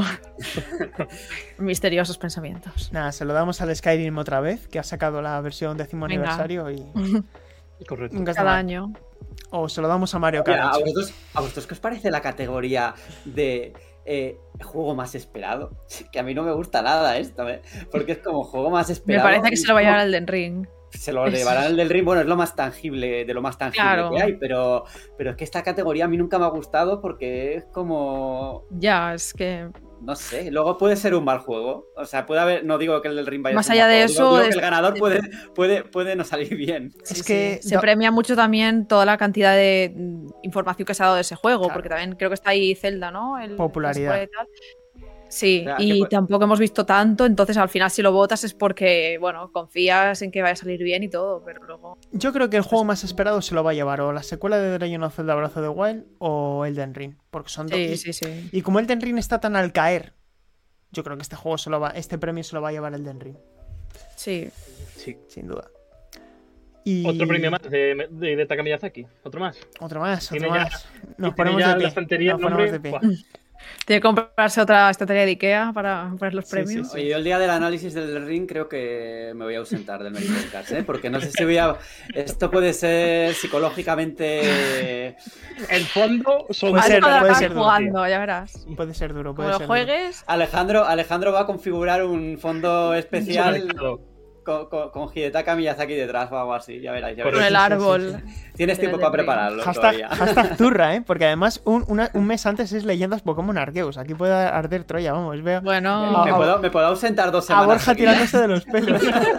Misteriosos pensamientos. Nada, se lo damos al Skyrim otra vez, que ha sacado la versión décimo Venga. aniversario y Correcto. nunca está Cada mal. año. O se lo damos a Mario Oye, Kart. ¿a vosotros, ¿A vosotros qué os parece la categoría de eh, juego más esperado? Que a mí no me gusta nada esto, ¿eh? Porque es como juego más Me esperado. parece que y se lo va a llevar como- el Den Ring. Se lo Es- llevarán el del ring, bueno, es lo más tangible, de lo más tangible Claro. que hay, pero, pero es que esta categoría a mí nunca me ha gustado porque es como, Ya, es que. no sé, luego puede ser un mal juego, o sea, puede haber, no digo que el del ring vaya Más a ser un allá mal de juego, eso, digo que es- el ganador puede, puede, puede no salir bien. Es sí, que sí. Se da- premia mucho también toda la cantidad de mm, información que se ha dado de ese juego, Claro. porque también creo que está ahí Zelda, ¿no? El, Popularidad. la secuela y tal. Sí, Claro, que y pues- tampoco hemos visto tanto, entonces al final si lo votas es porque, bueno, confías en que vaya a salir bien y todo, pero luego... Yo creo que el juego más esperado se lo va a llevar o la secuela de The Legend of Zelda Breath of the Wild o Elden Ring, porque son dos. Sí, y, sí, sí. y como Elden Ring está tan al caer, yo creo que este juego se lo va, este premio se lo va a llevar Elden Ring. Sí. Sí. Sin duda. Y... Otro premio más de, de, de Taka Miyazaki. Otro más. Otro más, otro Tiene más. ya- Nos y tiene ponemos ya de la pie. estantería Nos el ponemos nombre. de pie. Buah. Tiene que comprarse otra estantería de Ikea para poner los Sí, premios. sí, sí. Oye, yo el día del análisis del ring creo que me voy a ausentar del Meri Podcast, ¿eh? Porque no sé si voy a... Esto puede ser psicológicamente... El fondo son Puede Vas ser- a puede acabar ser duro, jugando, ya verás. Puede ser duro, Como puede lo ser duro. juegues, Alejandro, Alejandro va a configurar un fondo especial supermercado. con, con, con Hidetaka Miyazaki detrás o algo así. Ya veráis, ya Con con veréis. el árbol. Tienes tiempo del para ring. prepararlo Hashtag, todavía. hashtag zurra, ¿eh? Porque además un, una- un mes antes es Leyendas Pokémon Arceus. Aquí puede arder Troya, vamos, veo. Bueno, ¿Me a- puedo, me puedo ausentar dos A semanas. Borja seguidas? tirándose de los pelos.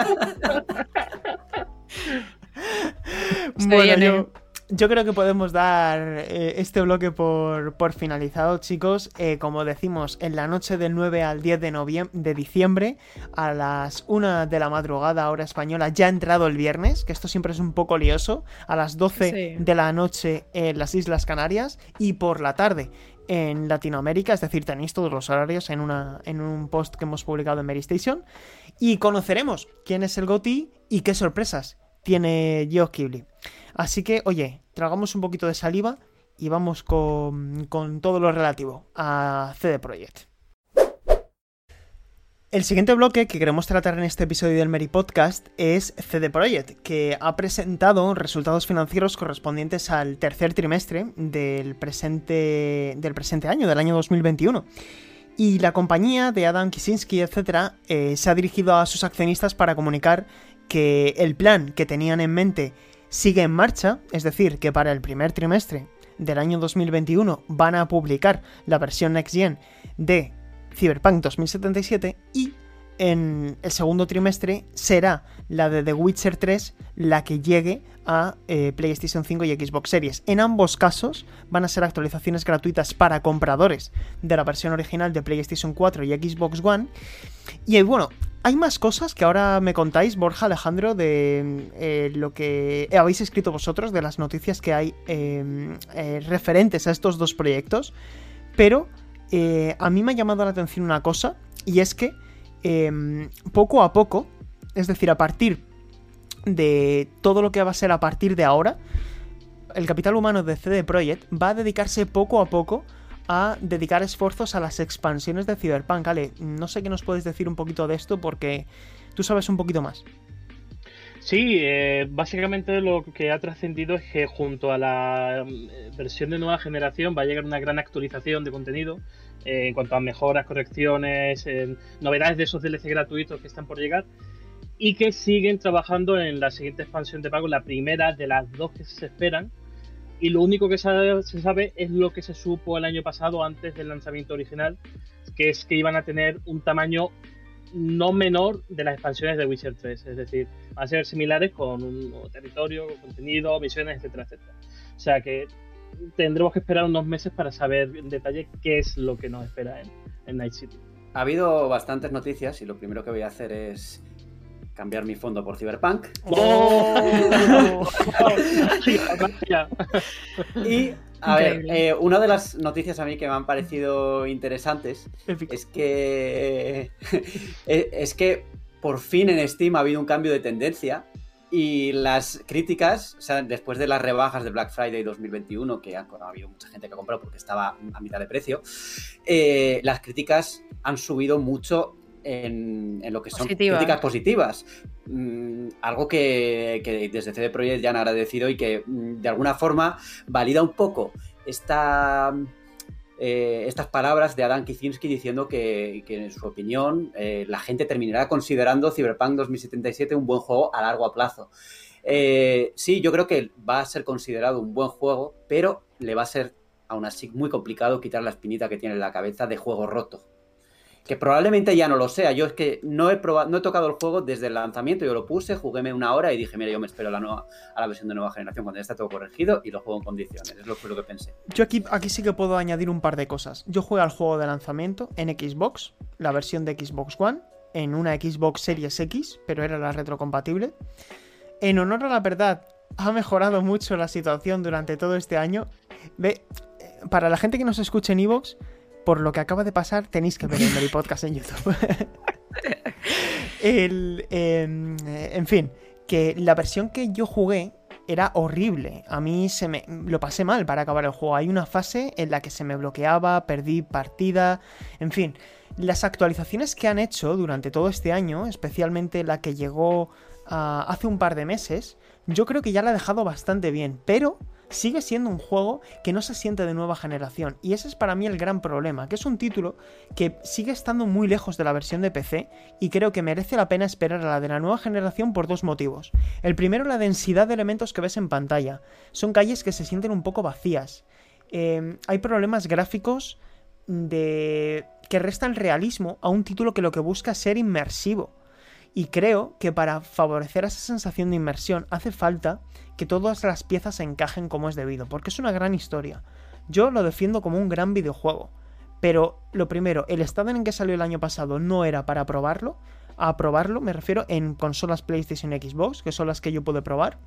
Se bueno, viene. yo, yo creo que podemos dar eh, este bloque por, por finalizado, chicos. Eh, como decimos, en la noche del nueve al diez de, noviem- de diciembre, a las una de la madrugada, hora española, ya ha entrado el viernes, que esto siempre es un poco lioso, a las doce Sí. de la noche en las Islas Canarias, y por la tarde en Latinoamérica, es decir, tenéis todos los horarios en, una, en un post que hemos publicado en Mary Station, y conoceremos quién es el GOTY y qué sorpresas tiene Geoff Keighley. Así que, oye, tragamos un poquito de saliva y vamos con, con todo lo relativo a C D Projekt. El siguiente bloque que queremos tratar en este episodio del Meri Podcast es C D Projekt, que ha presentado resultados financieros correspondientes al tercer trimestre del presente, del presente año, del año dos mil veintiuno. Y la compañía de Adam Kicinski, etcétera, eh, se ha dirigido a sus accionistas para comunicar que el plan que tenían en mente sigue en marcha, es decir, que para el primer trimestre del año dos mil veintiuno van a publicar la versión Next Gen de Cyberpunk dos mil setenta y siete y en el segundo trimestre será la de The Witcher tres la que llegue a eh, PlayStation cinco y Xbox Series. En ambos casos van a ser actualizaciones gratuitas para compradores de la versión original de PlayStation cuatro y Xbox One. Y bueno, hay más cosas que ahora me contáis, Borja, Alejandro, de eh, lo que habéis escrito vosotros, de las noticias que hay eh, eh, referentes a estos dos proyectos, pero eh, a mí me ha llamado la atención una cosa, y es que eh, poco a poco, es decir, a partir de todo lo que va a ser a partir de ahora, el capital humano de C D Projekt va a dedicarse poco a poco a dedicar esfuerzos a las expansiones de Cyberpunk. Ale, no sé qué nos puedes decir un poquito de esto porque tú sabes un poquito más. Sí, eh, básicamente lo que ha trascendido es que junto a la eh, versión de nueva generación va a llegar una gran actualización de contenido eh, en cuanto a mejoras, correcciones, eh, novedades de esos D L C gratuitos que están por llegar, y que siguen trabajando en la siguiente expansión de pago, la primera de las dos que se esperan. Y lo único que se sabe es lo que se supo el año pasado antes del lanzamiento original, que es que iban a tener un tamaño no menor de las expansiones de Witcher tres, es decir, van a ser similares con un nuevo territorio, con contenido, misiones, etcétera, etcétera. O sea que tendremos que esperar unos meses para saber en detalle qué es lo que nos espera en, en Night City. Ha habido bastantes noticias y lo primero que voy a hacer es cambiar mi fondo por Cyberpunk. ¡Oh! Y, a ver, Increíble. eh, una de las noticias a mí que me han parecido interesantes Épico. es que es que por fin en Steam ha habido un cambio de tendencia y las críticas, o sea, después de las rebajas de Black Friday dos mil veintiuno, que ha, ha habido mucha gente que ha comprado porque estaba a mitad de precio, eh, las críticas han subido mucho en, en lo que son Positivas. críticas positivas. Mm, algo que, que desde C D Projekt ya han agradecido y que mm, de alguna forma valida un poco esta, eh, estas palabras de Adam Kicinski diciendo que, que en su opinión eh, la gente terminará considerando Cyberpunk dos mil setenta y siete un buen juego a largo plazo. Eh, sí, yo creo que va a ser considerado un buen juego, pero le va a ser aún así muy complicado quitar la espinita que tiene en la cabeza de juego roto. Que probablemente ya no lo sea. Yo es que no he probado, no he tocado el juego desde el lanzamiento. Yo lo puse, juguéme una hora y dije, mira, yo me espero a la, nueva, a la versión de nueva generación cuando ya está todo corregido y lo juego en condiciones. Es lo, fue lo que pensé. Yo aquí, aquí sí que puedo añadir un par de cosas. Yo jugué al juego de lanzamiento en Xbox, la versión de Xbox One, en una Xbox Series X, pero era la retrocompatible. En honor a la verdad, ha mejorado mucho la situación durante todo este año. Ve, para la gente que nos escuche en iVoox, por lo que acaba de pasar, tenéis que ver el Meri Podcast en YouTube. El, eh, en fin, que la versión que yo jugué era horrible. A mí se me lo pasé mal para acabar el juego. Hay una fase en la que se me bloqueaba, perdí partida, en fin. Las actualizaciones que han hecho durante todo este año, especialmente la que llegó uh, hace un par de meses, yo creo que ya la ha dejado bastante bien, pero sigue siendo un juego que no se siente de nueva generación, y ese es para mí el gran problema, que es un título que sigue estando muy lejos de la versión de P C, y creo que merece la pena esperar a la de la nueva generación por dos motivos. El primero, la densidad de elementos que ves en pantalla. Son calles que se sienten un poco vacías. Eh, hay problemas gráficos de... que restan realismo a un título que lo que busca es ser inmersivo. Y creo que para favorecer esa sensación de inmersión hace falta que todas las piezas se encajen como es debido, porque es una gran historia. Yo lo defiendo como un gran videojuego, pero lo primero, el estado en el que salió el año pasado no era para probarlo. A probarlo me refiero en consolas PlayStation y Xbox, que son las que yo pude probar,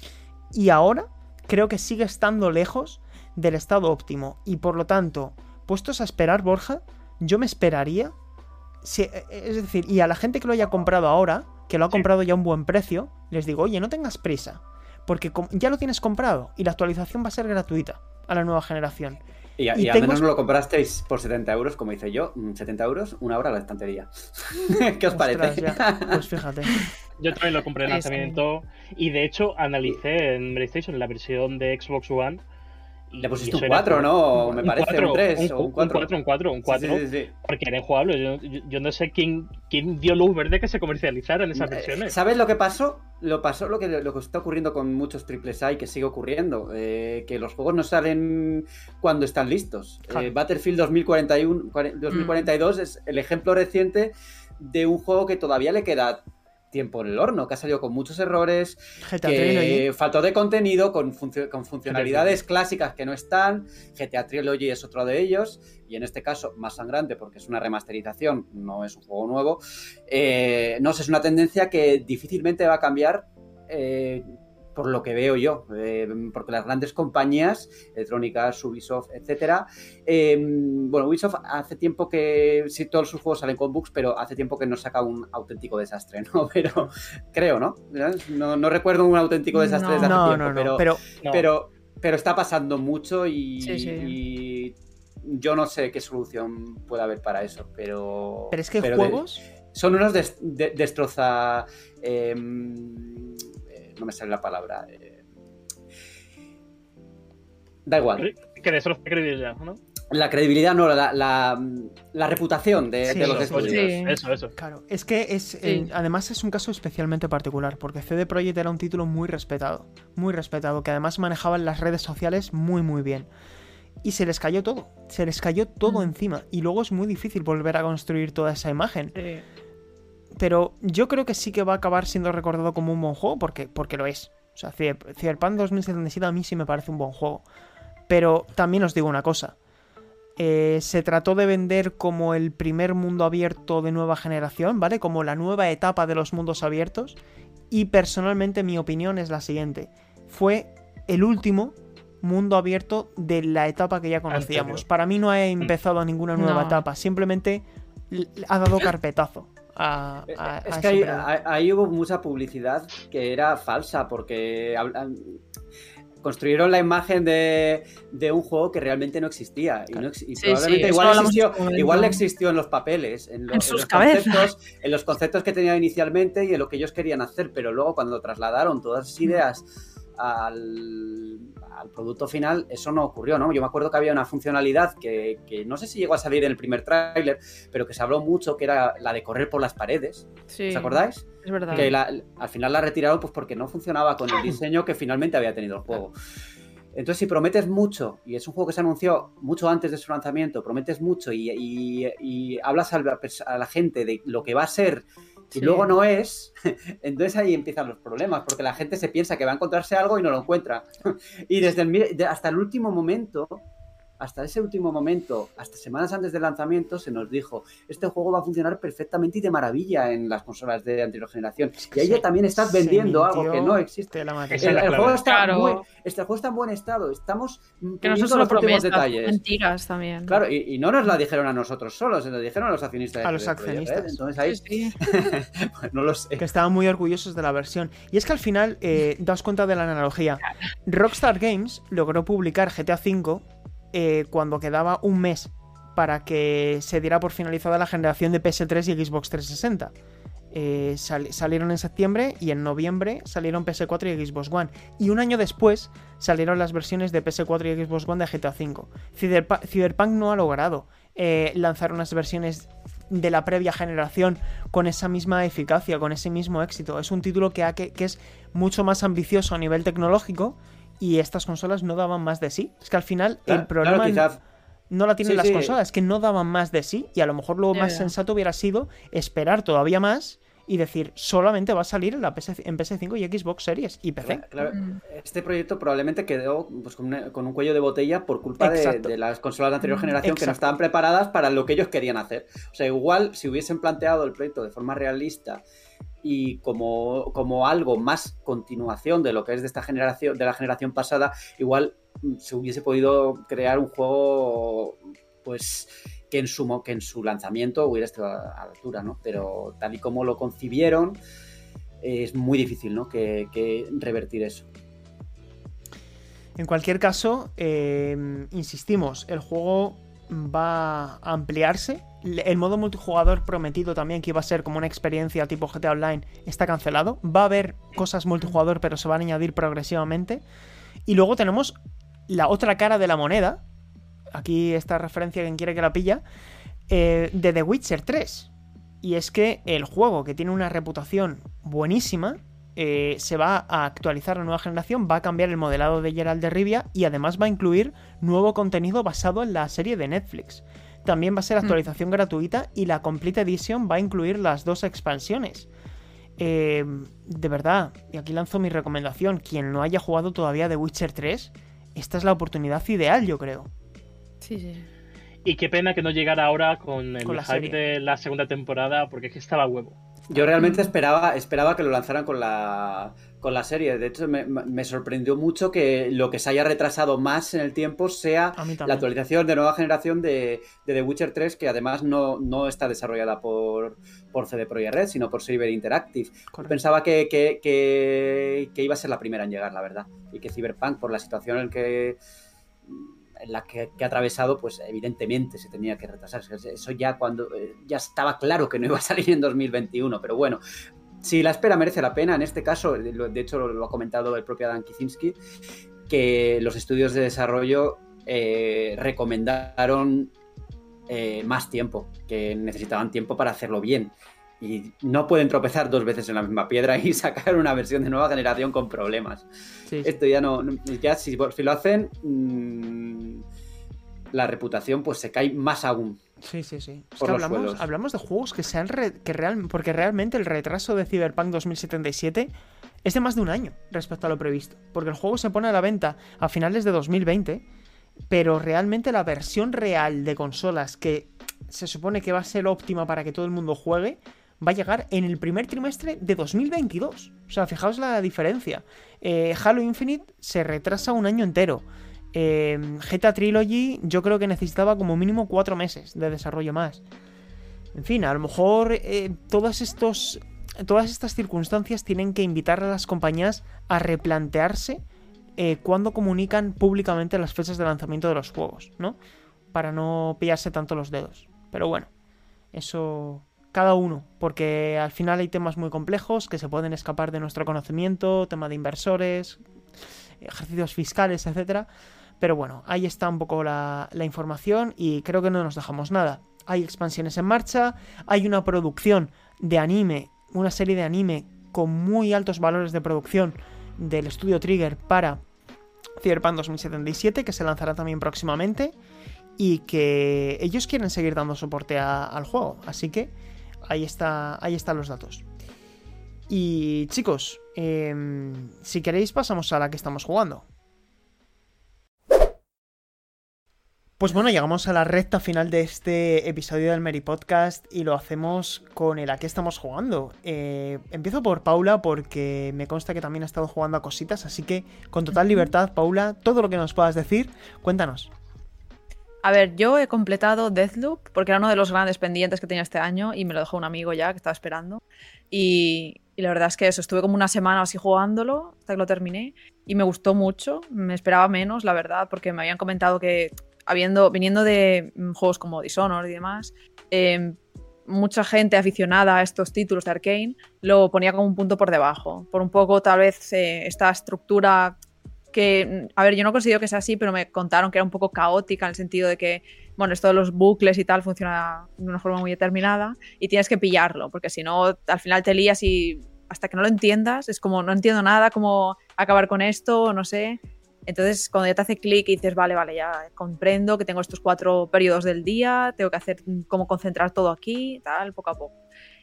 y ahora creo que sigue estando lejos del estado óptimo, y por lo tanto, puestos a esperar, Borja, yo me esperaría. Sí, es decir, y a la gente que lo haya comprado ahora, que lo ha comprado ya a un buen precio, les digo, oye, no tengas prisa, porque ya lo tienes comprado y la actualización va a ser gratuita a la nueva generación. Y, y, y al tengo... menos no lo comprasteis por setenta euros, como hice yo, setenta euros, una hora a la estantería. ¿Qué os Ostras, parece? Ya. Pues fíjate. Yo también lo compré en lanzamiento y de hecho analicé en PlayStation la versión de Xbox One. Le pusiste un cuatro, era... ¿no? Un, me parece cuatro, un tres un, o un cuatro. Un cuatro, un cuatro, un cuatro. Sí, sí, sí. Porque era injugable. Yo, yo, yo no sé quién, quién dio luz verde que se comercializaran esas versiones. ¿Sabes lo que pasó? Lo pasó lo que, lo que está ocurriendo con muchos triples A y que sigue ocurriendo. Eh, que los juegos no salen cuando están listos. Eh, Battlefield dos mil cuarenta y uno, dos mil cuarenta y dos mm. es el ejemplo reciente de un juego que todavía le queda tiempo en el horno, que ha salido con muchos errores, G T A que Trilogy. Faltó de contenido, con, func- con funcionalidades clásicas que no están. G T A Trilogy es otro de ellos, y en este caso más sangrante porque es una remasterización, no es un juego nuevo. Eh, no sé, es una tendencia que difícilmente va a cambiar, eh, por lo que veo yo, eh, porque las grandes compañías, Electrónica, Ubisoft, etcétera, eh, bueno, Ubisoft hace tiempo que, sí, todos sus juegos salen con bugs, pero hace tiempo que no saca un auténtico desastre, ¿no? Pero, creo, ¿no? No, no recuerdo un auténtico desastre no, desde hace no, tiempo, no, no, pero, pero, no. pero, pero está pasando mucho y, sí, sí. y yo no sé qué solución puede haber para eso, pero... Pero es que pero juegos... De, son unos des, de, destroza... Eh, no me sale la palabra. Eh... Da igual. Que destroza credibilidad, ¿no? La credibilidad, no, la, la, la reputación de, sí, de los estudios. Sí. Eso, eso. Claro, es que es sí. eh, además es un caso especialmente particular, porque C D Projekt era un título muy respetado, muy respetado, que además manejaban las redes sociales muy, muy bien. Y se les cayó todo, se les cayó todo mm. encima, y luego es muy difícil volver a construir toda esa imagen. Sí. Pero yo creo que sí que va a acabar siendo recordado como un buen juego, porque, porque lo es. O sea, Cyberpunk dos mil setenta y siete a mí sí me parece un buen juego. Pero también os digo una cosa. Eh, se trató de vender como el primer mundo abierto de nueva generación, ¿vale? Como la nueva etapa de los mundos abiertos. Y personalmente mi opinión es la siguiente. Fue el último mundo abierto de la etapa que ya conocíamos. Para mí no ha empezado ninguna nueva no. etapa. Simplemente ha dado carpetazo. A, a, es a que ahí, ahí hubo mucha publicidad que era falsa, porque hablan, construyeron la imagen de, de un juego que realmente no existía y, no, y sí, probablemente sí, igual, existió, igual existió en los papeles, en, lo, en, sus en, los conceptos, en los conceptos que tenía inicialmente y en lo que ellos querían hacer, pero luego cuando trasladaron todas esas ideas al, al producto final, eso no ocurrió, ¿no? Yo me acuerdo que había una funcionalidad que, que no sé si llegó a salir en el primer tráiler, pero que se habló mucho, que era la de correr por las paredes. Sí, ¿os acordáis? Es verdad. Que la, al final la retiraron pues porque no funcionaba con el diseño que finalmente había tenido el juego. Entonces, si prometes mucho, y es un juego que se anunció mucho antes de su lanzamiento, prometes mucho y, y, y hablas a la, a la gente de lo que va a ser y sí. luego no es, entonces ahí empiezan los problemas, porque la gente se piensa que va a encontrarse algo y no lo encuentra. Y desde el, hasta el último momento, hasta ese último momento, hasta semanas antes del lanzamiento, se nos dijo, este juego va a funcionar perfectamente y de maravilla en las consolas de anterior generación. Y ahí ya también estás vendiendo algo que no existe. La el, el, el juego está claro. muy, este juego está en buen estado. Estamos que no son solo los últimos promesas, detalles. Mentiras también. Claro, y, y no nos la dijeron a nosotros solos, se lo dijeron a los accionistas. A los accionistas. Red, entonces ahí, sí, sí. pues no lo sé. Que estaban muy orgullosos de la versión. Y es que al final, eh, daos cuenta de la analogía. Rockstar Games logró publicar G T A cinco eh, cuando quedaba un mes para que se diera por finalizada la generación de P S tres y Xbox trescientos sesenta. Eh, sal- salieron en septiembre y en noviembre salieron P S cuatro y Xbox One. Y un año después salieron las versiones de P S cuatro y Xbox One de G T A cinco. Cyberpunk, Cyberpunk no ha logrado eh, lanzar unas versiones de la previa generación con esa misma eficacia, con ese mismo éxito. Es un título que, ha, que, que es mucho más ambicioso a nivel tecnológico y estas consolas no daban más de sí. Es que al final claro, el problema claro, quizás... no la tienen sí, las sí. consolas, es que no daban más de sí y a lo mejor lo Yeah. más sensato hubiera sido esperar todavía más y decir, solamente va a salir en, la P S, en P S cinco y Xbox Series y P C. Claro, claro. Mm. Este proyecto probablemente quedó pues, con, una- con un cuello de botella por culpa de, Exacto. de las consolas de anterior Mm, generación que no exacto. estaban preparadas para lo que ellos querían hacer. O sea, igual si hubiesen planteado el proyecto de forma realista y como, como algo más continuación de lo que es de esta generación, de la generación pasada, igual mm, se hubiese podido crear un juego pues que en su, mo- que en su lanzamiento hubiera estado a, a la altura, ¿no? Pero tal y como lo concibieron, es muy difícil, ¿no? Que, que revertir eso. En cualquier caso, eh, insistimos, el juego va a ampliarse. El modo multijugador prometido también, que iba a ser como una experiencia tipo G T A Online, está cancelado. Va a haber cosas multijugador, pero se van a añadir progresivamente. Y luego tenemos la otra cara de la moneda. Aquí esta referencia, quien quiere que la pilla, eh, de The Witcher tres. Y es que el juego, que tiene una reputación buenísima, eh, se va a actualizar a nueva generación, va a cambiar el modelado de Geralt de Rivia y además va a incluir nuevo contenido basado en la serie de Netflix. También va a ser actualización mm. gratuita y la Complete Edition va a incluir las dos expansiones. Eh, de verdad, y aquí lanzo mi recomendación, quien no haya jugado todavía The Witcher tres, esta es la oportunidad ideal, yo creo. Sí, sí. Y qué pena que no llegara ahora con el Con la hype serie. de la segunda temporada, porque es que estaba a huevo. Yo realmente esperaba, esperaba que lo lanzaran con la, con la serie. De hecho, me, me sorprendió mucho que lo que se haya retrasado más en el tiempo sea la actualización de nueva generación de, de The Witcher tres, que además no, no está desarrollada por, por C D Projekt Red, sino por Saber Interactive. Correcto. Pensaba que, que, que, que iba a ser la primera en llegar, la verdad. Y que Cyberpunk, por la situación en que... en la que, que ha atravesado, pues evidentemente se tenía que retrasar. Eso ya cuando eh, ya estaba claro que no iba a salir en dos mil veintiuno, pero bueno, si la espera merece la pena, en este caso, de hecho lo, lo ha comentado el propio Adam Kicinski, que los estudios de desarrollo eh, recomendaron eh, más tiempo, que necesitaban tiempo para hacerlo bien. Y no pueden tropezar dos veces en la misma piedra y sacar una versión de nueva generación con problemas. Sí, sí. Esto ya no... Ya si, si lo hacen, mmm, la reputación pues se cae más aún. Sí, sí, sí. Es que hablamos, hablamos de juegos que sean... Re, que real, porque realmente el retraso de Cyberpunk dos mil setenta y siete es de más de un año respecto a lo previsto. Porque el juego se pone a la venta a finales de dos mil veinte, pero realmente la versión real de consolas que se supone que va a ser óptima para que todo el mundo juegue... va a llegar en el primer trimestre de dos mil veintidós. O sea, fijaos la diferencia. Eh, Halo Infinite se retrasa un año entero. Eh, G T A Trilogy yo creo que necesitaba como mínimo cuatro meses de desarrollo más. En fin, a lo mejor eh, todas, estos, todas estas circunstancias tienen que invitar a las compañías a replantearse eh, cuando comunican públicamente las fechas de lanzamiento de los juegos, ¿no? Para no pillarse tanto los dedos. Pero bueno, eso... cada uno, porque al final hay temas muy complejos que se pueden escapar de nuestro conocimiento, tema de inversores, ejercicios fiscales, etcétera. Pero bueno, ahí está un poco la, la información y creo que no nos dejamos nada. Hay expansiones en marcha, hay una producción de anime, una serie de anime con muy altos valores de producción del estudio Trigger para Cyberpunk dos mil setenta y siete, que se lanzará también próximamente y que ellos quieren seguir dando soporte a, al juego, así que Ahí está, ahí están los datos. Y chicos, eh, si queréis pasamos a la que estamos jugando. Pues bueno, llegamos a la recta final de este episodio del Meri Podcast y lo hacemos con el a qué estamos jugando. Eh, empiezo por Paula porque me consta que también ha estado jugando a cositas, así que con total libertad, Paula, todo lo que nos puedas decir, cuéntanos. A ver, yo he completado Deathloop porque era uno de los grandes pendientes que tenía este año y me lo dejó un amigo ya que estaba esperando. Y, y la verdad es que eso, estuve como una semana así jugándolo hasta que lo terminé y me gustó mucho. Me esperaba menos, la verdad, porque me habían comentado que habiendo, viniendo de juegos como Dishonored y demás, eh, mucha gente aficionada a estos títulos de Arcane lo ponía como un punto por debajo. Por un poco, tal vez, eh, esta estructura que, a ver, yo no considero que sea así, pero me contaron que era un poco caótica en el sentido de que, bueno, esto de los bucles y tal funciona de una forma muy determinada y tienes que pillarlo, porque si no, al final te lías y hasta que no lo entiendas, es como, no entiendo nada, cómo acabar con esto, no sé. Entonces, cuando ya te hace clic y dices, vale, vale, ya comprendo que tengo estos cuatro periodos del día, tengo que hacer cómo concentrar todo aquí, tal, poco a poco.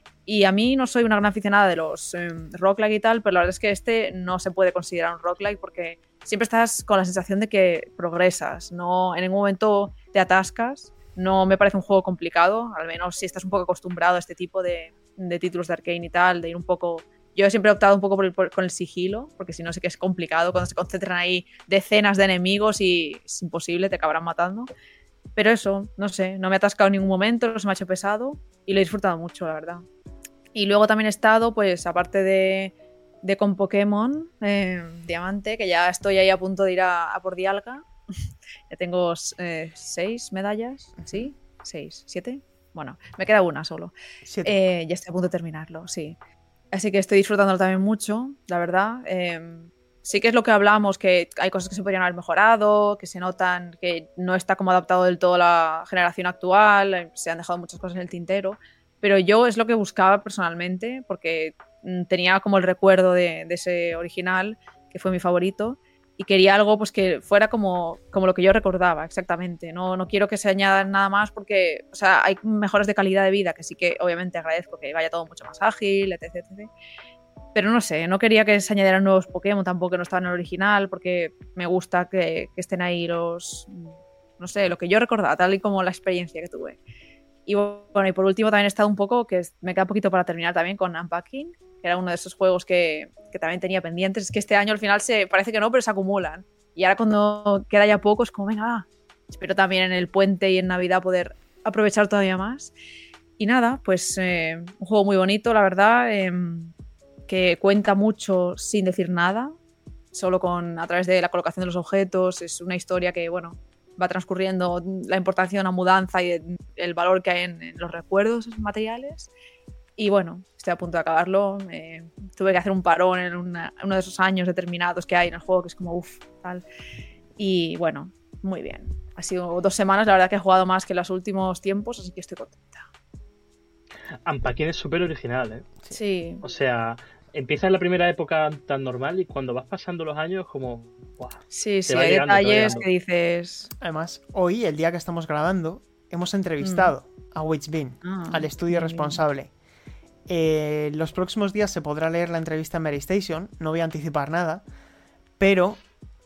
Y a mí no soy una gran aficionada de los eh, roguelike y tal, pero la verdad es que este no se puede considerar un roguelike porque siempre estás con la sensación de que progresas, no en ningún momento te atascas. No me parece un juego complicado, al menos si estás un poco acostumbrado a este tipo de, de títulos de Arcane y tal, de ir un poco... Yo siempre he optado un poco por el, por, con el sigilo, porque si no sé que es complicado cuando se concentran ahí decenas de enemigos y es imposible, te acabarán matando. Pero eso, no sé, no me ha atascado en ningún momento, no se me ha hecho pesado y lo he disfrutado mucho, la verdad. Y luego también he estado, pues, aparte de, de con Pokémon eh, Diamante, que ya estoy ahí a punto de ir a, a por Dialga. Ya tengo eh, seis medallas, ¿sí? ¿Seis? ¿Siete? Bueno, me queda una solo. Eh, ya estoy a punto de terminarlo, sí. Así que estoy disfrutándolo también mucho, la verdad. Eh, sí que es lo que hablamos, que hay cosas que se podrían haber mejorado, que se notan que no está como adaptado del todo a la generación actual, se han dejado muchas cosas en el tintero. Pero yo es lo que buscaba personalmente, porque tenía como el recuerdo de, de ese original, que fue mi favorito, y quería algo pues que fuera como, como lo que yo recordaba, exactamente. No, no quiero que se añadan nada más porque, o sea, hay mejoras de calidad de vida que sí que obviamente agradezco que vaya todo mucho más ágil, etc, etcétera. Pero no sé, no quería que se añadieran nuevos Pokémon tampoco que no estaban en el original, porque me gusta que, que estén ahí los, no sé, lo que yo recordaba, tal y como la experiencia que tuve. Y bueno, y por último también he estado un poco, que me queda un poquito para terminar también con Unpacking, que era uno de esos juegos que, que también tenía pendientes. Es que este año al final se parece que no, pero se acumulan. Y ahora cuando queda ya poco es como, venga, ah, espero también en el puente y en Navidad poder aprovechar todavía más. Y nada, pues eh, un juego muy bonito, la verdad, eh, que cuenta mucho sin decir nada, solo con a través de la colocación de los objetos. Es una historia que, bueno, va transcurriendo la importancia de una mudanza y el valor que hay en, en los recuerdos materiales. Y bueno, estoy a punto de acabarlo. Eh, tuve que hacer un parón en una, uno de esos años determinados que hay en el juego, que es como uff, tal. Y bueno, muy bien. Ha sido dos semanas, la verdad que he jugado más que en los últimos tiempos, así que estoy contenta. Unpacking es súper original, ¿eh? Sí. O sea, empieza en la primera época tan normal y cuando vas pasando los años como... ¡Wow! Sí, sí, hay llegando, detalles que dices... Además, hoy, el día que estamos grabando, hemos entrevistado mm. a Witchbin, ah, al estudio responsable. Eh, los próximos días se podrá leer la entrevista en Meri Station, no voy a anticipar nada, pero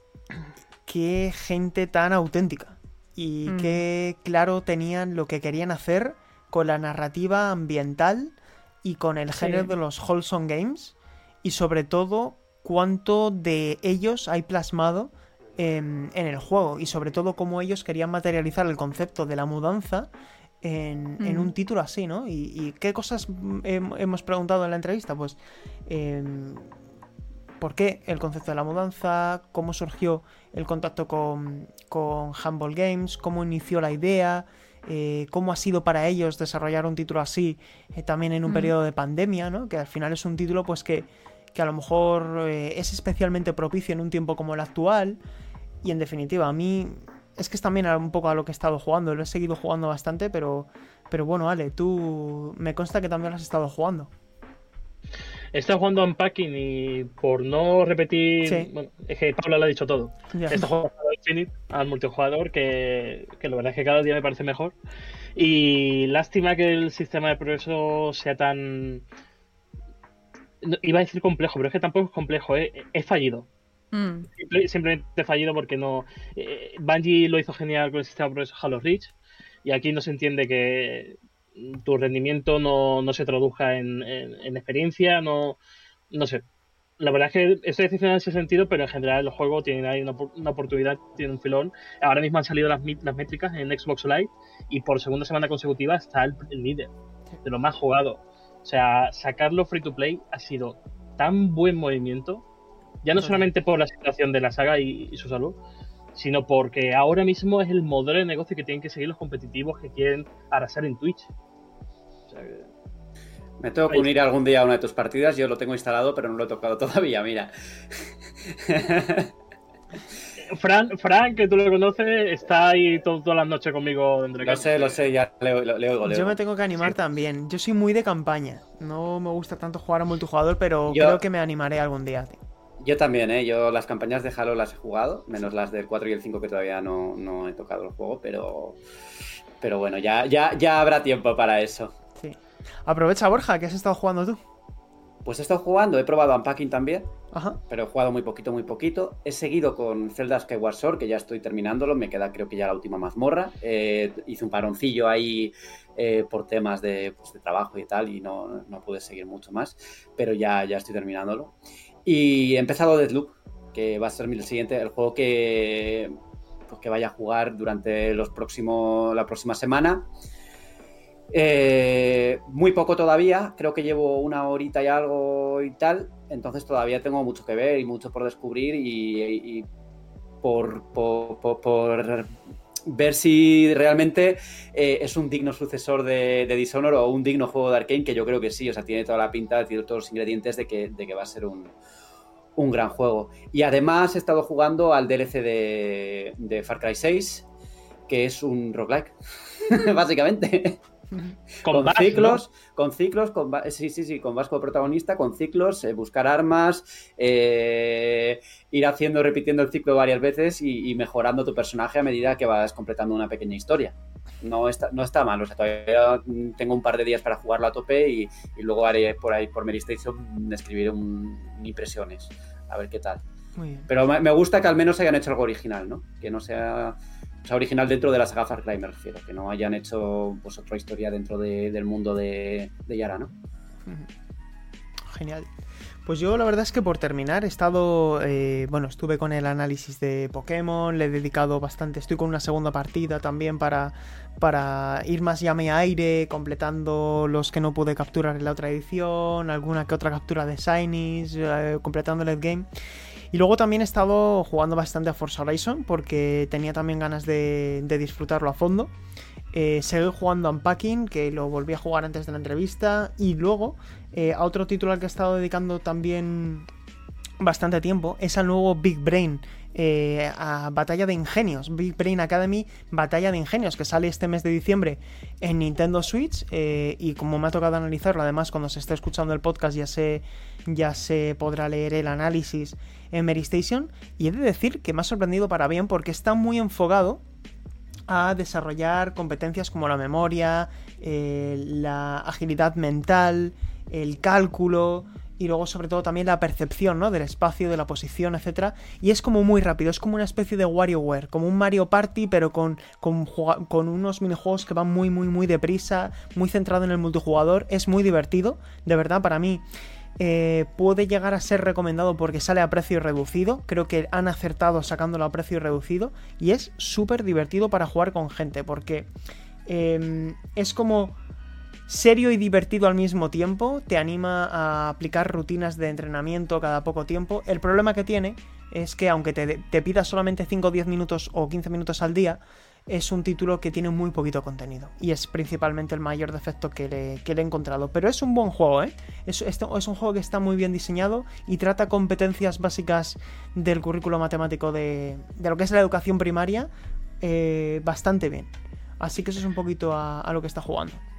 qué gente tan auténtica y mm. qué claro tenían lo que querían hacer con la narrativa ambiental y con el sí. género de los wholesome games, y sobre todo cuánto de ellos hay plasmado en, en el juego, y sobre todo cómo ellos querían materializar el concepto de la mudanza en, mm. en un título así, ¿no? Y, y qué cosas he, hemos preguntado en la entrevista, pues eh, ¿por qué el concepto de la mudanza? ¿Cómo surgió el contacto con, con Humble Games? ¿Cómo inició la idea? Eh, cómo ha sido para ellos desarrollar un título así eh, también en un mm. periodo de pandemia, ¿no? Que al final es un título pues que, que a lo mejor eh, es especialmente propicio en un tiempo como el actual. Y en definitiva, a mí es que es también un poco a lo que he estado jugando, lo he seguido jugando bastante, pero, pero bueno, Ale, tú me consta que también lo has estado jugando. He estado jugando a Unpacking y por no repetir, sí. bueno, es que Paula lo ha dicho todo. Yeah. He estado jugando a Infinite, al multijugador, que, que la verdad es que cada día me parece mejor. Y lástima que el sistema de progreso sea tan... Iba a decir complejo, pero es que tampoco es complejo, ¿eh? Es fallido. Mm. Simple- simplemente fallido porque no... Eh, Bungie lo hizo genial con el sistema de progreso Halo Reach, y aquí no se entiende que tu rendimiento no, no se traduzca en, en, en experiencia, no, no sé. La verdad es que estoy decepcionado en ese sentido, pero en general el juego tiene ahí una, una oportunidad, tiene un filón. Ahora mismo han salido las, las métricas en Xbox Live y por segunda semana consecutiva está el, el líder de lo más jugado. O sea, sacarlo free to play ha sido tan buen movimiento, ya no solamente por la situación de la saga y, y su salud, sino porque ahora mismo es el modelo de negocio que tienen que seguir los competitivos que quieren arrasar en Twitch. O sea que... Me tengo que unir algún día a una de tus partidas. Yo lo tengo instalado, pero no lo he tocado todavía, mira. Fran, Fran, que tú lo conoces, está ahí todo, todas las noches conmigo. Lo sé, lo sé, ya le, le, le oigo, le Yo oigo. me tengo que animar sí. también. Yo soy muy de campaña. No me gusta tanto jugar a multijugador, pero yo, creo que me animaré algún día, tío. Yo también, ¿eh? Yo las campañas de Halo las he jugado, menos las del cuatro y el cinco que todavía no, no he tocado el juego, pero... Pero bueno, ya, ya, ya habrá tiempo para eso. Sí. Aprovecha, Borja, ¿qué has estado jugando tú? Pues he estado jugando, he probado Unpacking también. Ajá. Pero he jugado muy poquito, muy poquito. He seguido con Zelda Skyward Sword, que ya estoy terminándolo. Me queda, creo que ya la última mazmorra. Eh, hice un paroncillo ahí eh, por temas de, pues, de trabajo y tal, y no, no pude seguir mucho más. Pero ya, ya estoy terminándolo. Y he empezado Deathloop, que va a ser el siguiente, el juego que, pues, que vaya a jugar durante los próximos, la próxima semana. Eh, muy poco todavía, creo que llevo una horita y algo y tal, entonces todavía tengo mucho que ver y mucho por descubrir y, y por, por, por, por ver si realmente eh, es un digno sucesor de, de Dishonored o un digno juego de Arcane, que yo creo que sí, o sea, tiene toda la pinta, tiene todos los ingredientes de que, de que va a ser un, un gran juego. Y además he estado jugando al D L C de, de Far Cry seis, que es un roguelike, básicamente. Con, con ciclos, ¿no? con ciclos, con sí, sí, sí, con Vasco protagonista, con ciclos, eh, buscar armas, eh, ir haciendo, repitiendo el ciclo varias veces y, y mejorando tu personaje a medida que vas completando una pequeña historia. No está, no está mal, o sea, todavía tengo un par de días para jugarlo a tope y, y luego haré por ahí, por Mary Station, escribiré un, impresiones, a ver qué tal. Muy bien. Pero me gusta que al menos hayan hecho algo original, ¿no? Que no sea... O sea, original dentro de la saga Far Cry, me refiero. Que no hayan hecho pues otra historia dentro de, del mundo de, de Yara, ¿no? Genial. Pues yo la verdad es que por terminar he estado... Eh, bueno, estuve con el análisis de Pokémon, le he dedicado bastante... Estoy con una segunda partida también para, para ir más llame a aire, completando los que no pude capturar en la otra edición, alguna que otra captura de Shinies, eh, completando el late game... Y luego también he estado jugando bastante a Forza Horizon porque tenía también ganas de, de disfrutarlo a fondo. Eh, seguí jugando a Unpacking, que lo volví a jugar antes de la entrevista. Y luego eh, a otro título al que he estado dedicando también bastante tiempo es al nuevo Big Brain, eh, a Batalla de Ingenios, Big Brain Academy Batalla de Ingenios, que sale este mes de diciembre en Nintendo Switch, eh, y como me ha tocado analizarlo, además cuando se esté escuchando el podcast ya se, ya se podrá leer el análisis en Mary Station, y he de decir que me ha sorprendido para bien porque está muy enfocado a desarrollar competencias como la memoria, eh, la agilidad mental, el cálculo y luego sobre todo también la percepción, ¿no?, del espacio, de la posición, etcétera. Y es como muy rápido, es como una especie de WarioWare, como un Mario Party, pero con, con, con unos minijuegos que van muy, muy, muy deprisa, muy centrado en el multijugador. Es muy divertido, de verdad, para mí. Eh, puede llegar a ser recomendado porque sale a precio reducido. Creo que han acertado sacándolo a precio reducido y es súper divertido para jugar con gente porque eh, es como serio y divertido al mismo tiempo. Te anima a aplicar rutinas de entrenamiento cada poco tiempo. El problema que tiene es que aunque te, te pida solamente cinco o diez minutos o quince minutos al día, es un título que tiene muy poquito contenido y es principalmente el mayor defecto que le, que le he encontrado. Pero es un buen juego, ¿eh? Es, es, es un juego que está muy bien diseñado y trata competencias básicas del currículo matemático de, de lo que es la educación primaria eh, bastante bien. Así que eso es un poquito a, a lo que está jugando.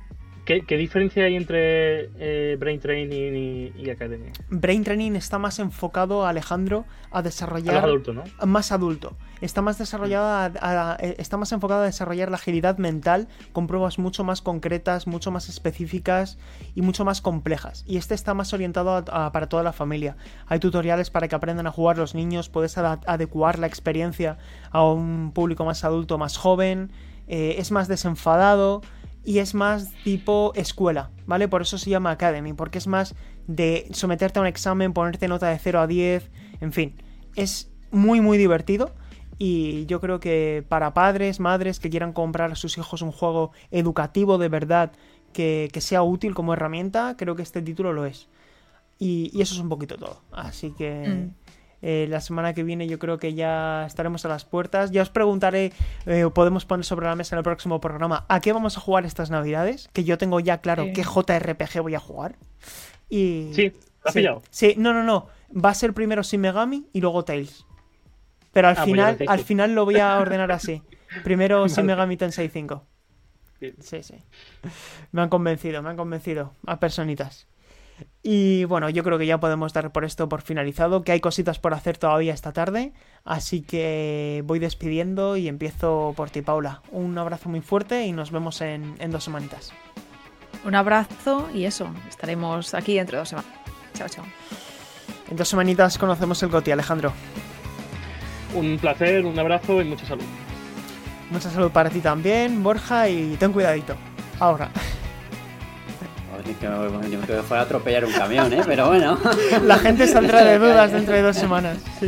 ¿Qué, qué diferencia hay entre eh, Brain Training y, y Academy? Brain Training está más enfocado, Alejandro, a desarrollar... Más adulto, ¿no? Más adulto. Está más desarrollado a, a, a, está más enfocado a desarrollar la agilidad mental con pruebas mucho más concretas, mucho más específicas y mucho más complejas. Y este está más orientado a, a, para toda la familia. Hay tutoriales para que aprendan a jugar los niños, puedes ad- adecuar la experiencia a un público más adulto, más joven, eh, es más desenfadado... Y es más tipo escuela, ¿vale? Por eso se llama Academy, porque es más de someterte a un examen, ponerte nota de cero a diez, en fin. Es muy, muy divertido y yo creo que para padres, madres que quieran comprar a sus hijos un juego educativo de verdad que, que sea útil como herramienta, creo que este título lo es. Y, y eso es un poquito todo. Así que... Mm. Eh, la semana que viene yo creo que ya estaremos a las puertas. Ya os preguntaré, eh, podemos poner sobre la mesa en el próximo programa, ¿a qué vamos a jugar estas navidades? Que yo tengo ya claro sí. qué J R P G voy a jugar. Y... Sí, ¿lo has sí, pillado? Sí, no, no, no. Va a ser primero Shin Megami y luego Tales. Pero al, ah, final, pues al final lo voy a ordenar así. Primero vale. Shin Megami Tensei cinco. Sí, sí. Me han convencido, me han convencido a personitas. Y bueno, yo creo que ya podemos dar por esto por finalizado, que hay cositas por hacer todavía esta tarde, así que voy despidiendo y empiezo por ti, Paula. Un abrazo muy fuerte y nos vemos en, en dos semanitas. Un abrazo y eso, estaremos aquí dentro de dos semanas. Chao, chao. En dos semanitas conocemos el GOTY, Alejandro. Un placer, un abrazo y mucha salud. Mucha salud para ti también, Borja, y ten cuidadito. Ahora. Que me, yo me quedo fuera a atropellar un camión, ¿eh? Pero bueno. La gente saldrá de dudas dentro de dos semanas. Sí.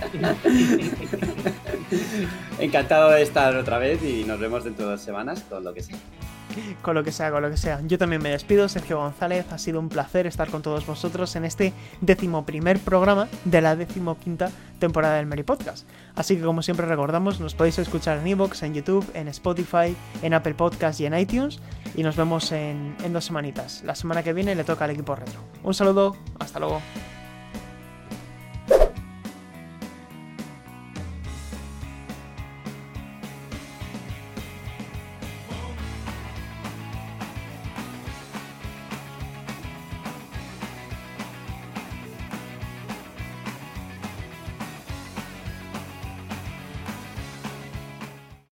Encantado de estar otra vez y nos vemos dentro de dos semanas con lo que sea. Con lo que sea, con lo que sea. Yo también me despido, Sergio González. Ha sido un placer estar con todos vosotros en este decimoprimer programa de la decimoquinta temporada del Meri Podcast. Así que, como siempre recordamos, nos podéis escuchar en iVoox, en YouTube, en Spotify, en Apple Podcast y en iTunes. Y nos vemos en, en dos semanitas. La semana que viene le toca al equipo retro. Un saludo, hasta luego.